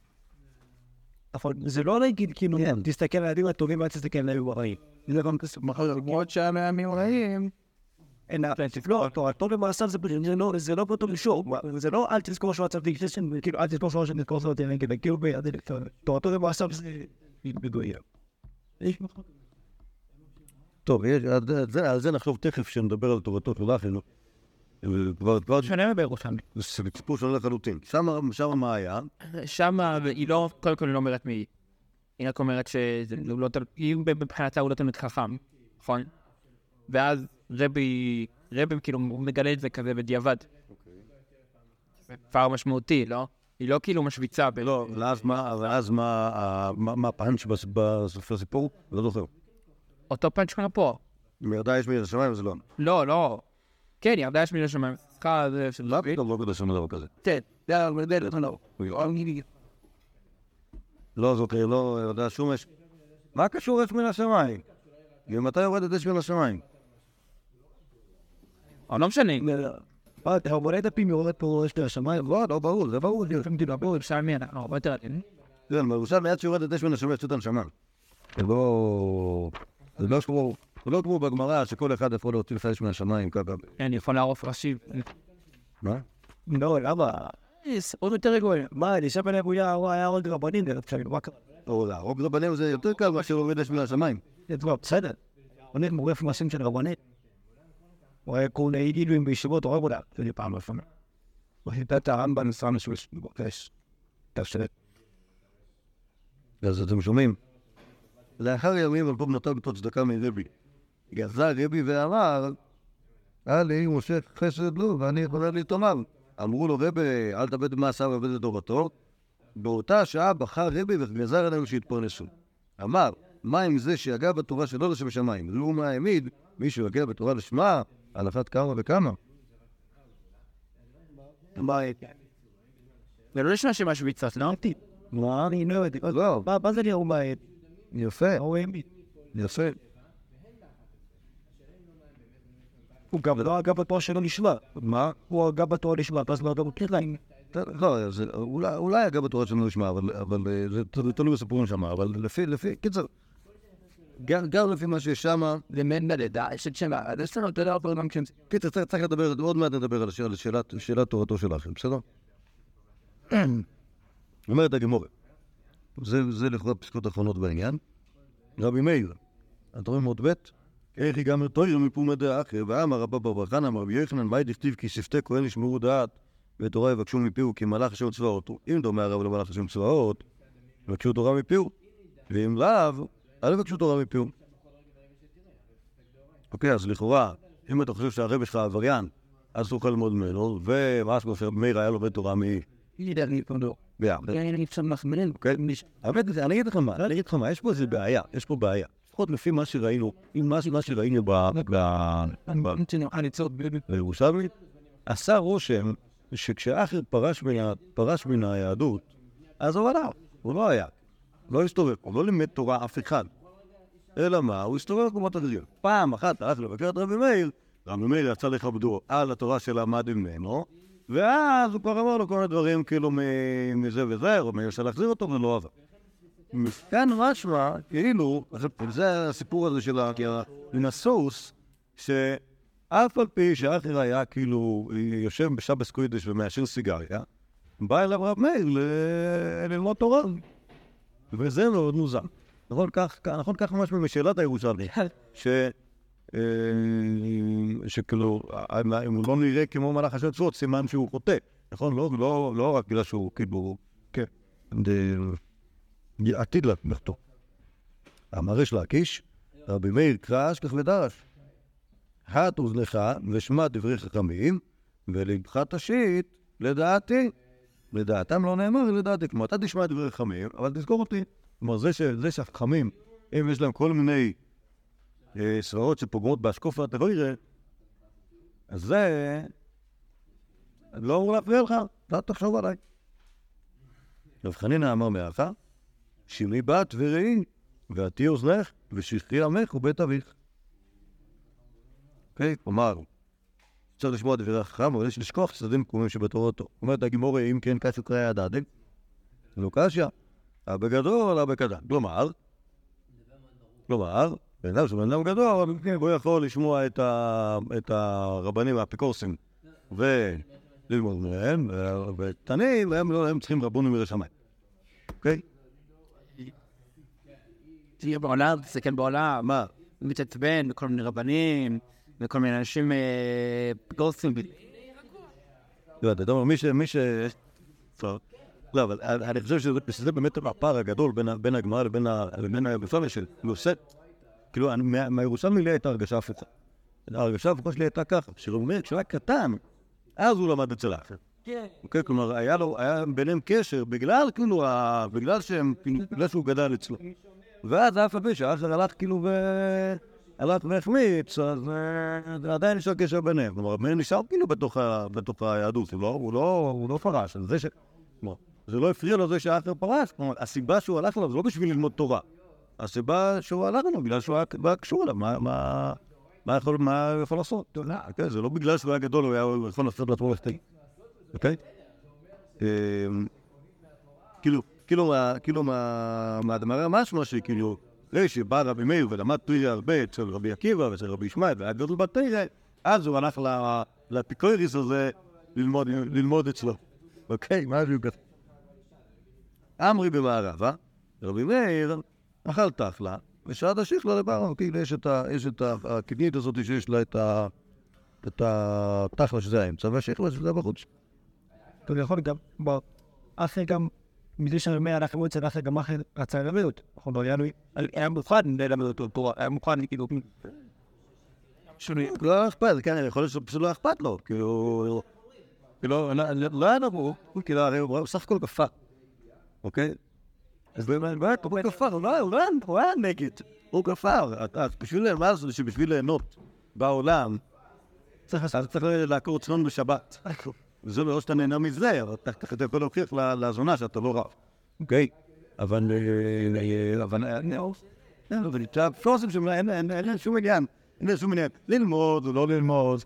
זה לא להגיד כאילו, תסתכל על הימים הטובים ואל תסתכל על הימים הרעים. זה גם למרות שהימים הרעים, לא, תורתו במעשיו זה לא באותו מישור, זה לא אל תזכור שהוא הצדיק, כאילו אל תזכור שהוא נזכור זאת הרנגל, כאילו תורתו במעשיו זה בגויה. טוב, על זה נחשוב תכף שנדבר על תורתו של אחר. כבר שונה בירושלמי. זה סיפור שונה לחלוטין. שם מה היה? שם היא לא, קודם כל היא לא אומרת מי. היא רק אומרת שהיא מבחינתה הוא לא תלמיד חכם, נכון? ואז רבי כאילו מגלה את זה כזה בדיעבד. פער משמעותי, לא? היא לא כאילו משוויצה. לא, ואז מה הפאנץ' בספר סיפור? לא זוכר. אותו פאנץ' כמו פה. ירדה יש מן השמיים, זה לא. לא. כן, ירדה יש מן השמיים. סליחה, זה של לא פתאום לא כדי שום דבר כזה. כן, זה לא. לא, זאת לא ירדה שום אש. מה קשור אש מן השמיים? ומתי יורדת אש מן השמיים? לא משנה. אתה אומר את הפים יורדת פה אש מן השמיים? לא, ברור, זה ברור. ברור, אפשר מי אנחנו, הרבה יותר עדיין. כן, מרושל מיד שיורדת אש מן השמיים, יצאות הנשמה. זה לא כמו בגמרא שכל אחד יכול להוציא לך אש מן השמיים ככה. אני יכול לערוף ראשי. מה? לא, למה? עוד יותר רגועים. מה, אני שם אליו היה עוד רבנים, מה קרה? או להרוג רבנים זה יותר קל מאשר להוריד אש מן השמיים. זה כבר בסדר. עונד מורף מעשים של רבנים. הוא היה כל אילויים בישיבות, הורג אותה. זה לי פעם לפעמים. וחידת הרמב"ן נסרם שהוא מבקש. תפשרת. אז אתם שומעים? לאחר ימים על פה בנותיו בתור צדקה מרבי. גזר רבי ואמר, לי משה חסד לו ואני יכולה להתאמר. אמרו לו רבי, אל תאבד במעשיו ועבד את תורתו. באותה שעה בחר רבי וגזר עליהם שהתפרנסו. אמר, מה עם זה שיגע בתורה שלא לשם שמיים? לא מה העמיד, מי שיגע בתורה לשמה, על אחת כמה וכמה. זה לא נשמע שמשוויצות, לא? מה? אני לא יודע. לא. מה זה נראה אומרת? יפה. הוא העמיד. יפה. הוא גם לא הגע בתורה שלא נשמע. מה? הוא הגע בתורה נשמע, אז לא גם מוקלט להם. לא, אולי הגע בתורה שלא נשמע, אבל זה תלוי בסיפורים שם, אבל לפי, קיצר. גם לפי מה שיש שם, זה מנדדה, יש את שמה, יש לנו, אתה יודע, גם כשהם... קיצר, צריך לדבר, עוד מעט נדבר על שאלת תורתו של אחר, בסדר? אומרת הגמורה, זה לכאורה פסקות אחרונות בעניין. רבי מאיר, אתה רואים עוד בית? איך היא גם תויר מפומא דאחר, ואמר רבא בר חנא אמר רבי יוחנן, מאי דכתיב כי שפתי כהן ישמעו דעת, ותורה יבקשו מפיהו כי מלאך השם צבאות. אם דומה הרב למלאך השם צבאות, יבקשו תורה מפיהו, ואם לאו, אל יבקשו תורה מפיהו. אוקיי, אז לכאורה, אם אתה חושב שהרבי שלך עבריין, אז תוכל ללמוד ממנו, ומה שמאיר היה לומד תורה אני אגיד לך מה, יש פה איזה בעיה, לפחות לפי מה שראינו, מה שראינו בירושלמי, עשה רושם שכשאחר פרש מן היהדות, אז הוא לא היה, לא הסתובב, הוא לא לימד תורה אף אחד. אלא מה? הוא הסתובב במקומות אחרים. פעם אחת הלך לבקר את רבי מאיר יצא לכבדו על התורה שלמד ממנו, ואז הוא כבר אמר לו כל הדברים כאילו מזה וזה, או מי ירצה להחזיר אותו ולא עבר. כאן משמע, כאילו, זה הסיפור הזה של הנסוס, שאף על פי שאחר היה כאילו יושב בשבס קוידש ומעשן סיגריה, בא אליו רב מאיר ללמוד תורה. וזה מאוד מוזר. נכון כך ממש משאלת הירושלמי, שכאילו, אם הוא לא נראה כמו מלאך השצות, סימן שהוא חוטא. נכון? לא רק בגלל שהוא כאילו, כן, עתיד לכתוב. אמר יש להקיש, רבי מאיר קרש כך ודרש. הט אוזנך ושמע דברי חכמים, ולבך תשיט לדעתי. לדעתם לא נאמר, לדעתי. כמו אתה תשמע דברי חכמים, אבל תזכור אותי. כלומר, זה שהחכמים, אם יש להם כל מיני סברות שפוגעות בהשקוף התיאוריה, אז זה לא אמור להפריע לך, לא תחשוב עליי. רב חנינא אמר מאחה, שמעי בת וראי, ועטי אוזנך, ושכחי עמך ובית אביך. אוקיי? כלומר, צריך לשמוע דברי החכם, אבל יש לשכוח צדדים מקומיים שבתורתו. אומרת הגימורה, אם כן קשיא קראי הדדג, לא קשיא. בגדול, בקטן. כלומר, בן אדם גדול, הוא יכול לשמוע את הרבנים האפיקורסים וללמוד מהם, וקטנים, הם צריכים רבונים מירא שמיים. אוקיי? תהיה בעולם, תסתכל בעולם, מה? מתעצבן בכל מיני רבנים, וכל מיני אנשים אפיקורסים. לא, אתה יודע, מי ש... לא, אבל אני חושב שזה באמת הפער הגדול בין הגמרא לבין הירושלמי של יוסף. כאילו, מהירושלמי לי הייתה הרגשה הפוכה. ההרגשה הפוכה שלי הייתה ככה, שרבי מאיר כשהוא היה קטן, אז הוא למד אצל האחר. אוקיי, כלומר, היה ביניהם קשר, בגלל שהוא גדל אצלו. ואז אף פעם שהאחר הלך והחמיץ, אז עדיין יש קשר ביניהם. כלומר, מאיר נשאר כאילו בתוך היהדות, הוא לא פרש. זה לא הפריע לו זה שהאחר פרש. כלומר, הסיבה שהוא הלך אליו זה לא בשביל ללמוד תורה. הסיבה שהוא הלך אליו, בגלל שהוא היה קשור אליו, מה יכול לעשות? זה לא בגלל שהוא היה גדול, הוא יכול לעשות לעצמו לחטאים. אוקיי? כאילו מהדמרה משמע שכאילו, אחרי שבא רבי מאיר ולמד תורה הרבה אצל רבי עקיבא ואצל רבי ישמעאל והיה גדול בתורה, אז הוא הלך לאפיקוריס הזה ללמוד אצלו. אוקיי? משהו כזה. אמרי במערבה, רבי מאיר אכל תחלה, ושעת השכלה לבר, כאילו יש את הקדנית הזאת שיש לה את התחלה שזה האמצע, והשכלה שזה בחוץ. אתה יכול גם, אחרי גם, מזה שהרמי אנחנו רואים אצל אחרי גם אחרי רצה ללמד אותו. אנחנו לא היה מוכן ללמד אותו תורה, היה מוכן כאילו... לא אכפת, כן, אני יכול להיות שפשוט לא אכפת לו, כאילו... לא היה נבוא, כאילו, הרי הוא סך הכל כפר, אוקיי? אז באמת, הוא כפר, הוא היה נגד, הוא כפר. בשביל ליהנות בעולם, צריך לעקור צנון בשבת. וזה לא שאתה נהנה מזה, אבל אתה יכול להוכיח לזונה שאתה לא רב. אוקיי? אבל... פרוסים שם, אין שום עניין. אין שום עניין. ללמוד או לא ללמוד.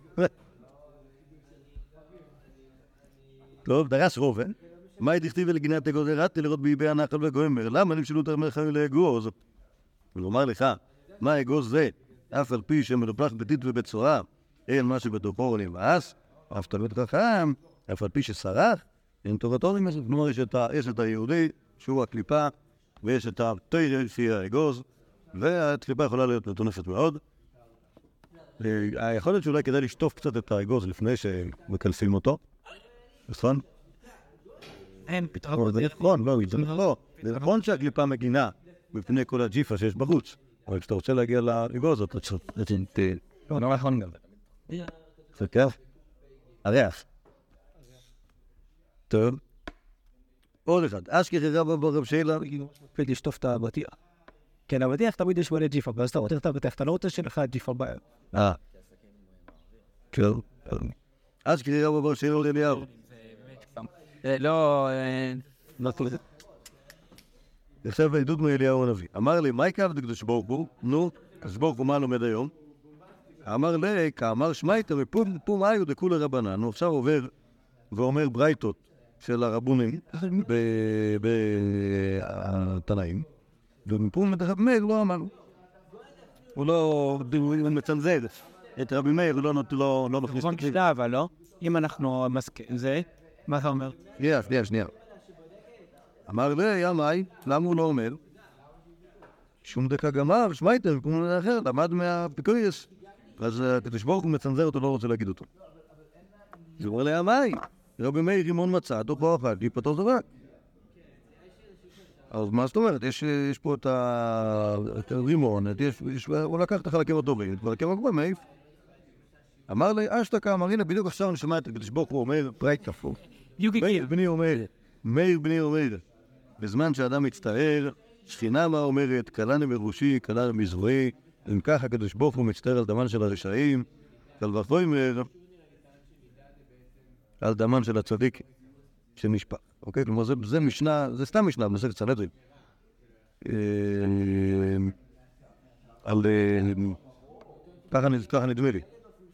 טוב, דרש רובן. מה דכתיב לגינת אגוז הרעתי לראות באיבי הנחל וגוימר? למה נמשלו את הרמך לאגוז? ולומר לך, מה אגוז זה? אף על פי שמלופלח ביתית ובצורה, אין משהו בתוכו נמאס, אף תלמיד חכם, אף על פי ששרח, אין תורתו נמאס. כלומר, יש את היהודי, שהוא הקליפה, ויש את התורה שהיא האגוז, והקליפה יכולה להיות מטונפת מאוד. יכול להיות שאולי כדאי לשטוף קצת את האגוז לפני שמקלפים אותו. נכון? אין פתרון. זה נכון שהקליפה מגינה בפני כל הג'יפה שיש בחוץ, אבל כשאתה רוצה להגיע לאגוז, אתה צריך... לא נכון גם. זה כיף? הריח. טוב. עוד אחד. אשכחי רבא בר רב שיילה. מקפיד לשטוף את הבטיח. כן, הבטיח תמיד יש מלא ג'יפה, ואז אתה רוצה את הבטיח, אתה לא רוצה שלך ג'יפה בעיה. כן. אשכחי רבא בר שיילה אליהו. לא... עכשיו העדות מאליהו הנביא. אמר לי, מה יקב לקדוש ברוך הוא? נו, הקדוש ברוך הוא מה לומד היום? אמר לי, כאמר שמייתא ופום היו דכולי רבנן. הוא עכשיו עובר ואומר ברייתות של הרבונים בתנאים, ומפום רבי מאיר לא אמר. הוא לא מצנזר את רבי מאיר, הוא לא מכניס את זה. שנייה, אבל לא? אם אנחנו מסכים, זה, מה אתה אומר? שנייה. אמר לי, ימי, למה הוא לא אומר? שום דקה גמר, שמייתא, ופום אחר, למד מהפיקוריס. אז הקדוש ברוך הוא מצנזר אותו, לא רוצה להגיד אותו. אז הוא אומר לי, ימי, רבי מאיר רימון מצא, תוך לא אחת, גיפתו זרק. אז מה זאת אומרת? יש פה את הרימון, הוא לקח את החלקים הטובים, והחלקים הגרועים מעיף. אמר לי, אשתקה, אמר, הנה, בדיוק עכשיו אני שומע את הקדוש ברוך הוא אומר, פרייט כפו. מאיר בני אומר, בזמן שאדם מצטער, שכינה מה אומרת, קלה מראשי, קלה מזרועי, אם כך הקדוש ברוך הוא מצטער על דמן של הרשעים, קל וחומר, על דמן של הצדיק שנשפע. אוקיי? כלומר, זה משנה, זה סתם משנה, במסכת סנהדרין. ככה נדמה לי.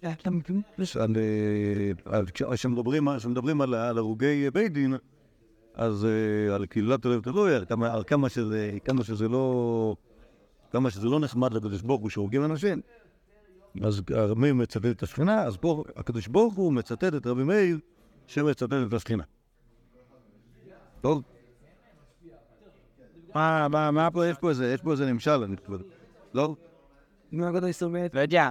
כשמדברים על הרוגי בית דין, אז על קהילת הלב תלוי, על כמה שזה לא נחמד לקדוש ברוך הוא שהורגים אנשים, אז רבי מאיר מצטט את השכינה, אז פה הקדוש ברוך הוא מצטט את רבי מאיר שמצטט את השכינה. טוב? מה פה? יש פה איזה נמשל, אני חושב. לא? לא יודע.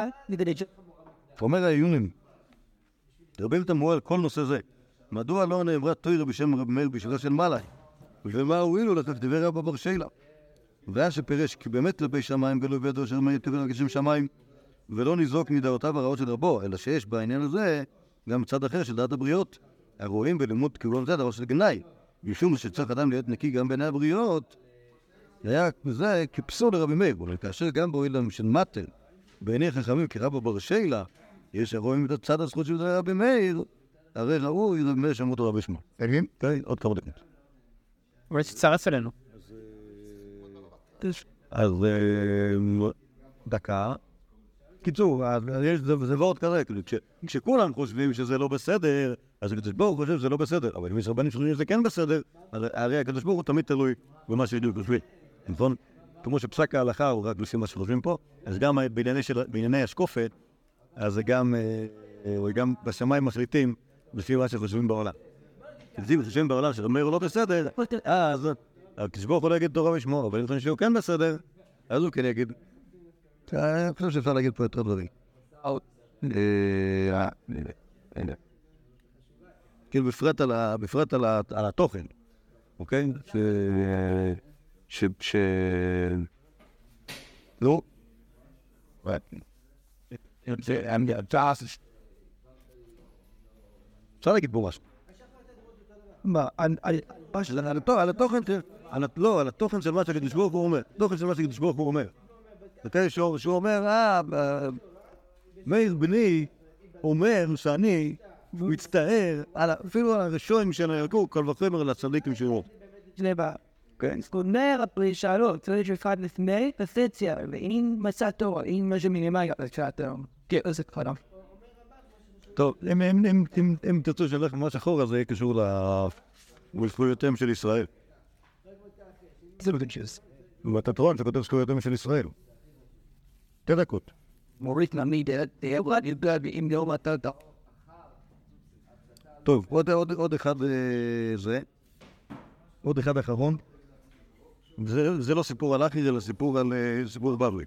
אומר העיונים, רבי תמוה על כל נושא זה, מדוע לא נאמרה תוירה בשם רבי מאיר בישיבה של מלאי? ומה הועילו לכך דבר רבא בר שיילה? והיה שפירש כי באמת כלפי שמיים ולא בידו אשר מאיר תוירה כשם שמיים, ולא ניזוק מדעותיו הרעות של רבו, אלא שיש בעניין הזה גם צד אחר של דעת הבריות, הרואים בלימוד כאילו זה דבר של גנאי, משום שצריך אדם להיות נקי גם בעיני הבריות, היה זה כפסול לרבי מאיר, וכאשר גם בעולם של מטל, בעיני חכמים כרבא בר שיילה, יש הרואים את הצד הזכות של רבי מאיר, הרי ראוי רבי מאיר שמות רבי שמו. כן? עוד כמה דקות. אבל שתצרף אלינו. אז דקה. קיצור, זה ועוד כזה, כשכולם חושבים שזה לא בסדר, אז הקדוש ברוך הוא חושב שזה לא בסדר, אבל אם יש רבנים שחושבים שזה כן בסדר, הרי הקדוש ברוך הוא תמיד תלוי במה שבדיוק חושבים. נכון? כמו שפסק ההלכה הוא רק לפי מה שחושבים פה, אז גם בענייני השקופת, אז זה גם בשמיים מחליטים לפי מה שחושבים בעולם. אם חושבים בעולם שרבי מאיר הוא לא בסדר, אז הקדוש ברוך הוא לא יגיד תורה ושמו, אבל אם חושבים שהוא כן בסדר, אז הוא כן יגיד. אני חושב שאפשר להגיד פה יותר דברים. כאילו בפרט על התוכן, אוקיי? לא? אפשר להגיד פה משהו. מה? על התוכן של מה שהקדוש ברוך הוא אומר. תוכן של מה שהקדוש ברוך הוא אומר. שהוא אומר, מאיר בני אומר שאני מצטער אפילו על הרשועים שנהרגו, קל וחומר על הצדיקים שלו. כן. אומר הפרישאלות, צריך אחד לפני פסציה, ואין מצא תורה, אין משהו מינימלי מצא תורה. כן, זה חלם. טוב, אם תרצו שנלך ממש אחורה, זה יהיה קשור לזכויותיהם של ישראל. זה לא דקשס. ובתיאטרון שכותב זכויותיהם של ישראל. 2 דקות. מוריד נמיד, תהיה ידע אם לא מצא תורה. טוב, עוד אחד זה. עוד אחד אחרון. זה לא סיפור הלכי, זה סיפור על סיפור בבלי.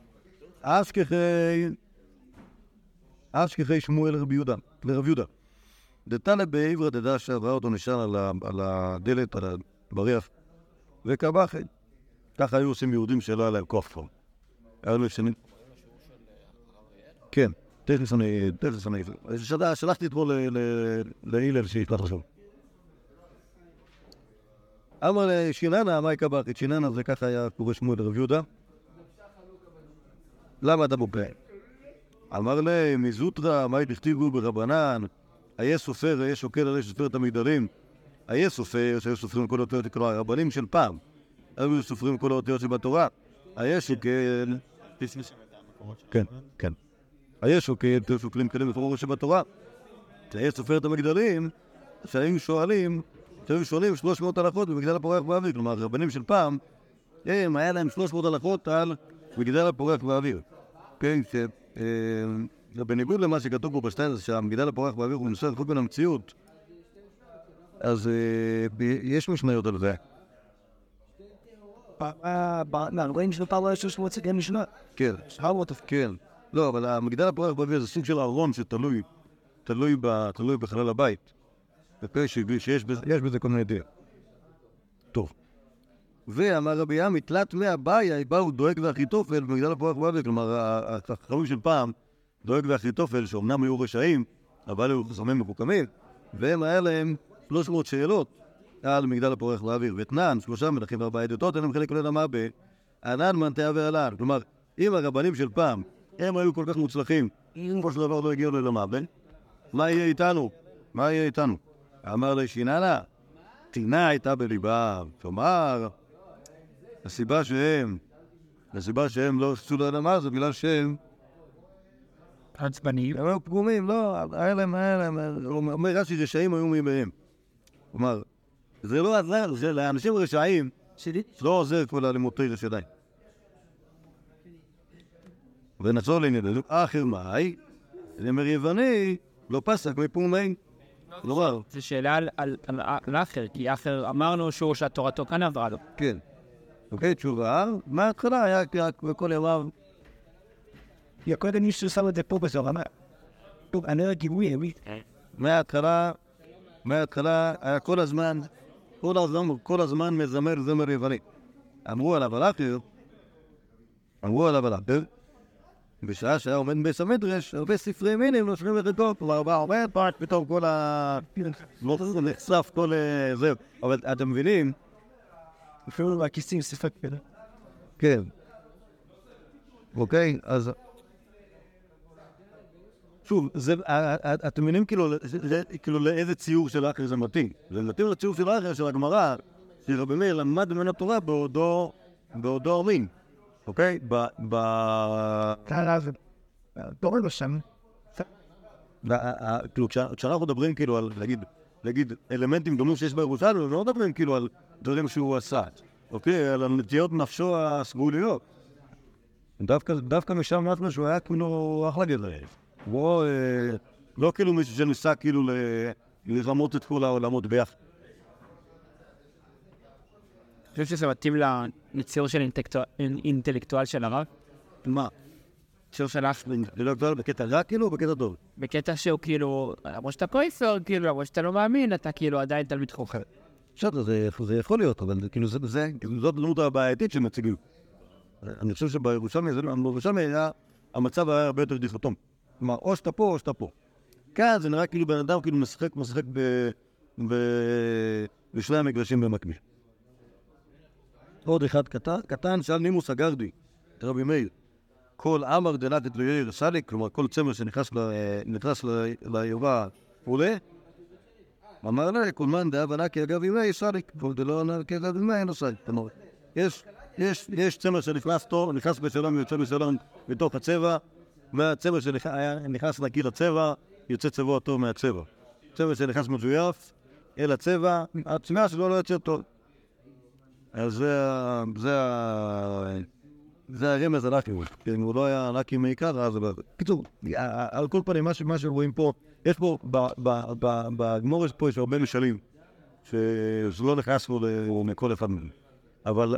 אשכחי שמואל לרב יהודה. דתנא בעברא דדע שראה אותו נשען על הדלת, על הבריח, וקבח. ככה היו עושים יהודים שלא היה להם כוח כבר. היה לו שנים. כן, תכף אני... שלחתי אתמול להילל שישלח עכשיו. אמר לשיננה, מה יקבח? את שיננה זה ככה היה קורא שמו לרב יהודה. למה אתה בוכה? אמר להם, מזוטרא, מה תכתיבו ברבנן? היה סופר, היה שוקל עלי שסופר את המגדלים. היה סופר, שהיו סופרים כל האותיות, כאילו הרבנים של פעם. היו סופרים כל האותיות שבתורה. היה שוקל... כן, כן. היה שוקל, שוקלים כאלה מפורש שבתורה. היה סופר את המגדלים, שהיו שואלים 300 הלכות במגדל הפורח באוויר. כלומר, הרבנים של פעם, היה להם 300 הלכות על מגדל הפורח באוויר. כן, בניגוד למה שכתוב פה בשטיין, שהמגדל הפורח באוויר הוא נושא רחוק בין המציאות, אז יש משניות על זה. רואים שפעם היה 300 סגן משנה. כן. 700. כן. לא, אבל המגדל הפורח באוויר זה סוג של ארון שתלוי בחלל הבית. שיש בזה כל מיני דרך. טוב. ואמר רבי עמי, תלת מהבעיה, באו דואג ואחיתופל במגדל הפורח באוויר. כלומר, החכמים של פעם, דואג ואחיתופל, שאומנם היו רשעים, אבל היו חכמים מחוכמים, והם היה להם 300 שאלות על מגדל הפורח באוויר. ותנן, 3 מלכים ו4 עדותות, אין להם חלק כולל המאבה, ענן מנתיה ועלן. כלומר, אם הרבנים של פעם, הם היו כל כך מוצלחים, אם כל דבר לא הגיעו למאבה, מה יהיה איתנו? מה יהיה איתנו? אמר לשיננה, טינה הייתה בליבה. כלומר, הסיבה שהם לא עשו לאדמה זה בגלל שהם עצבניים. הם היו פגומים, לא, היה להם, אומר רש"י רשעים היו מימיהם. כלומר, זה לא עזר, זה לאנשים רשעים, לא עוזר כל הלימודי רשעים. ונחזור לענייננו, אחר מאי, למר יווני, לא פסק מפומי. כלומר, זו שאלה על אחר, כי אחר אמרנו שהתורתו כאן עברה לו. כן. אוקיי, תשובה, מההתחלה היה בכל ימיו. קודם מישהו שם את זה פה בזוהר, טוב, אני לא גיבוי, מההתחלה היה כל הזמן מזמר זמר יווני. אמרו עליו על אחר, בשעה שהיה עומד בבית המדרש, הרבה ספרי מינים נושרים לחלקו, כלומר, עומד פרט פתאום כל לא נחשף כל זהו. אבל אתם מבינים? אפילו מהכיסים ספק כזה. כן. אוקיי, אז... שוב, אתם מבינים כאילו לאיזה ציור של אחר זה מתאים. זה מתאים לציור של אחר של הגמרא, שרבי מאיר למד ממנו תורה בעודו מין. אוקיי? תורה לו שם. כאילו, כשאנחנו מדברים כאילו על, להגיד, אלמנטים דומים שיש בירושלים, לא מדברים כאילו על דברים שהוא עשה. אוקיי? על נטיות נפשו הסגוליות. דווקא משם נתנו שהוא היה כאילו אחלה גדול. לא כאילו מישהו שניסה כאילו לרמות את כל העולמות ביחד. אני חושב שזה מתאים לציור של אינטלקטואל של הרב. מה? ציור של אחר. אינטלקטואל בקטע רע כאילו או בקטע טוב? בקטע שהוא כאילו, למרות שאתה כויפר, כאילו, למרות שאתה לא מאמין, אתה כאילו עדיין תלמיד חוכם. בסדר, זה יכול להיות, אבל כאילו זאת דמות הבעייתית שמציגים. אני חושב שבירושלמי היה המצב היה הרבה יותר דיכוטומי. כלומר, או שאתה פה או שאתה פה. כאן זה נראה כאילו בן אדם כאילו משחק בשני המגרשים במקביל. עוד אחד קטן, שאל נימוס הגרדי, רבי מאיר, כל אמר דלתת לו יאיר סליק, כלומר כל צמר שנכנס ליובה עולה, אמר לה, כל מן דאב ענקי אגב ימי סליק, כל דלא ענקי אגב ימי אינו סליק. כלומר, יש צמר שנכנס טוב, נכנס בשלום ויוצא בשלום בתוך הצבע, והצבע שנכנס נקי לצבע, יוצא צבוע טוב מהצבע. צבע שנכנס מזויף אל הצבע, הצמח שלו לא יוצא טוב. אז זה הרמז הנקי, אם הוא לא היה נקי מעיקר, אז... קיצור, על כל פנים, מה שרואים פה, יש פה, בגמורס פה יש הרבה משלים, שלא נכנסנו מכל אחד מהם. אבל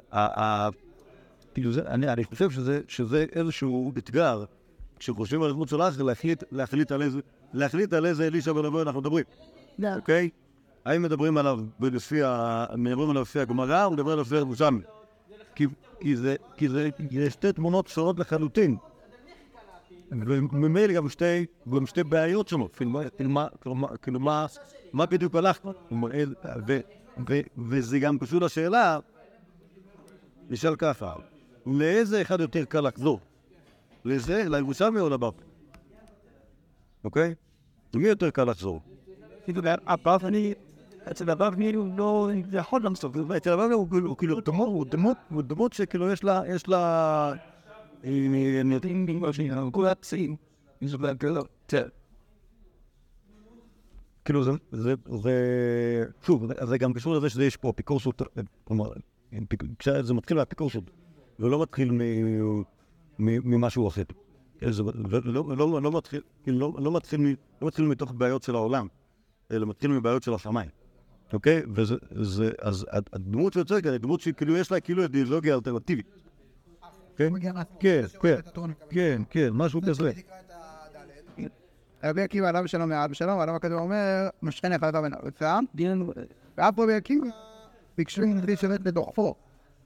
אני חושב שזה איזשהו אתגר, כשחושבים על הדמות של אחר, להחליט על איזה אלישע בן אבוי אנחנו מדברים. אוקיי? האם מדברים עליו לפי הגמרא, או מדברים עליו לפי ירושלמי? כי זה שתי תמונות שונות לחלוטין. וממילא גם שתי בעיות שונות, כאילו מה בדיוק הלך, וזה גם קשור לשאלה, נשאל ככה, לאיזה אחד יותר קל לחזור? לזה, לירושלמי או לבבלי? אוקיי? למי יותר קל לחזור? אצל הבבלי הוא לא יכול למסוף. אצל הבבלי הוא כאילו דמות שכאילו יש לה כאילו זה שוב, זה גם קשור לזה שיש פה אפיקורסות, כלומר, זה מתחיל מהאפיקורסות, ולא מתחיל ממשהו אחר. לא מתחיל מתוך בעיות של העולם, אלא מתחיל מבעיות של השמיים. אוקיי? אז הדמות שיוצאת כאן, הדמות שכאילו יש לה כאילו אידיאולוגיה אלטרנטיבית. כן, משהו כזה. רבי עקיבא עליו שלום מעט בשלום, ועליו הכתוב אומר, משכן החלטה בין ארצה, ואף רבי עקיבא ביקשו להביא שרת לדוחפו.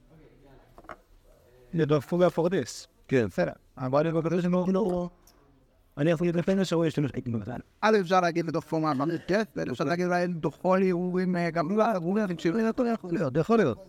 לדוחפו והפורדס. כן. בסדר. אבל אני בכתוב שלא, אני יכול להתלפן לשאול, יש לנו שחקים בזמן. א' אפשר להגיד לדוחפו מה כן, ואפשר להגיד אולי לדוחפו ליהורים גם לא, הוא תקשיבי לתור יכול להיות.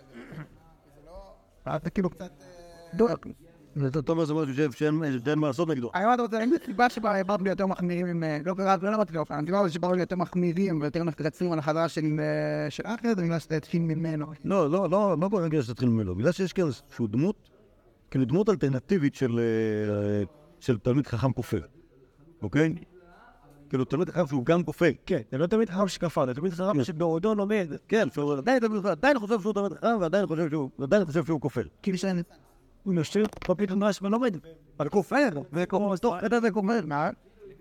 זה כאילו קצת דוק. תומר זה משהו שאין מה לעשות נגדו. אני רוצה להגיד, סיבה שבה באו לי יותר מחמירים עם... לא אמרתי לו, אני דיברתי שבאו לי יותר מחמירים ויותר נחרצים על החזרה של אחרת, בגלל שזה התחיל ממנו. לא בגלל שזה התחיל ממנו, בגלל שיש כאלה שהוא דמות אלטרנטיבית של תלמיד חכם כופר, אוקיי? כאילו תלמיד חכם שהוא גם כופר. כן, זה לא תלמיד חכם שכפר, זה תלמיד חכם שבעודו לומד. כן, עדיין חושב שהוא תלמיד חכם ועדיין חושב שהוא כופר. כאילו שאני... הוא יושב פתאום ממש ולומד. אבל כופר, וכופר, אז תוך כדי זה כופר, מה?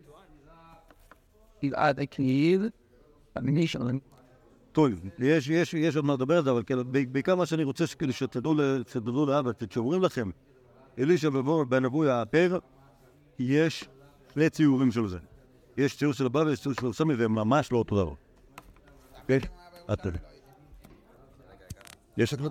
גלעד הקניל, אני שלם. טוב, יש עוד מה לדבר על זה, אבל בעיקר מה שאני רוצה שתדעו לאבא, כשאומרים לכם, אלישע בנבוי האפר, יש שני ציורים של זה. יש ציור של הבא ויש ציור של הסמי, והם ממש לא אותו דבר. כן? יש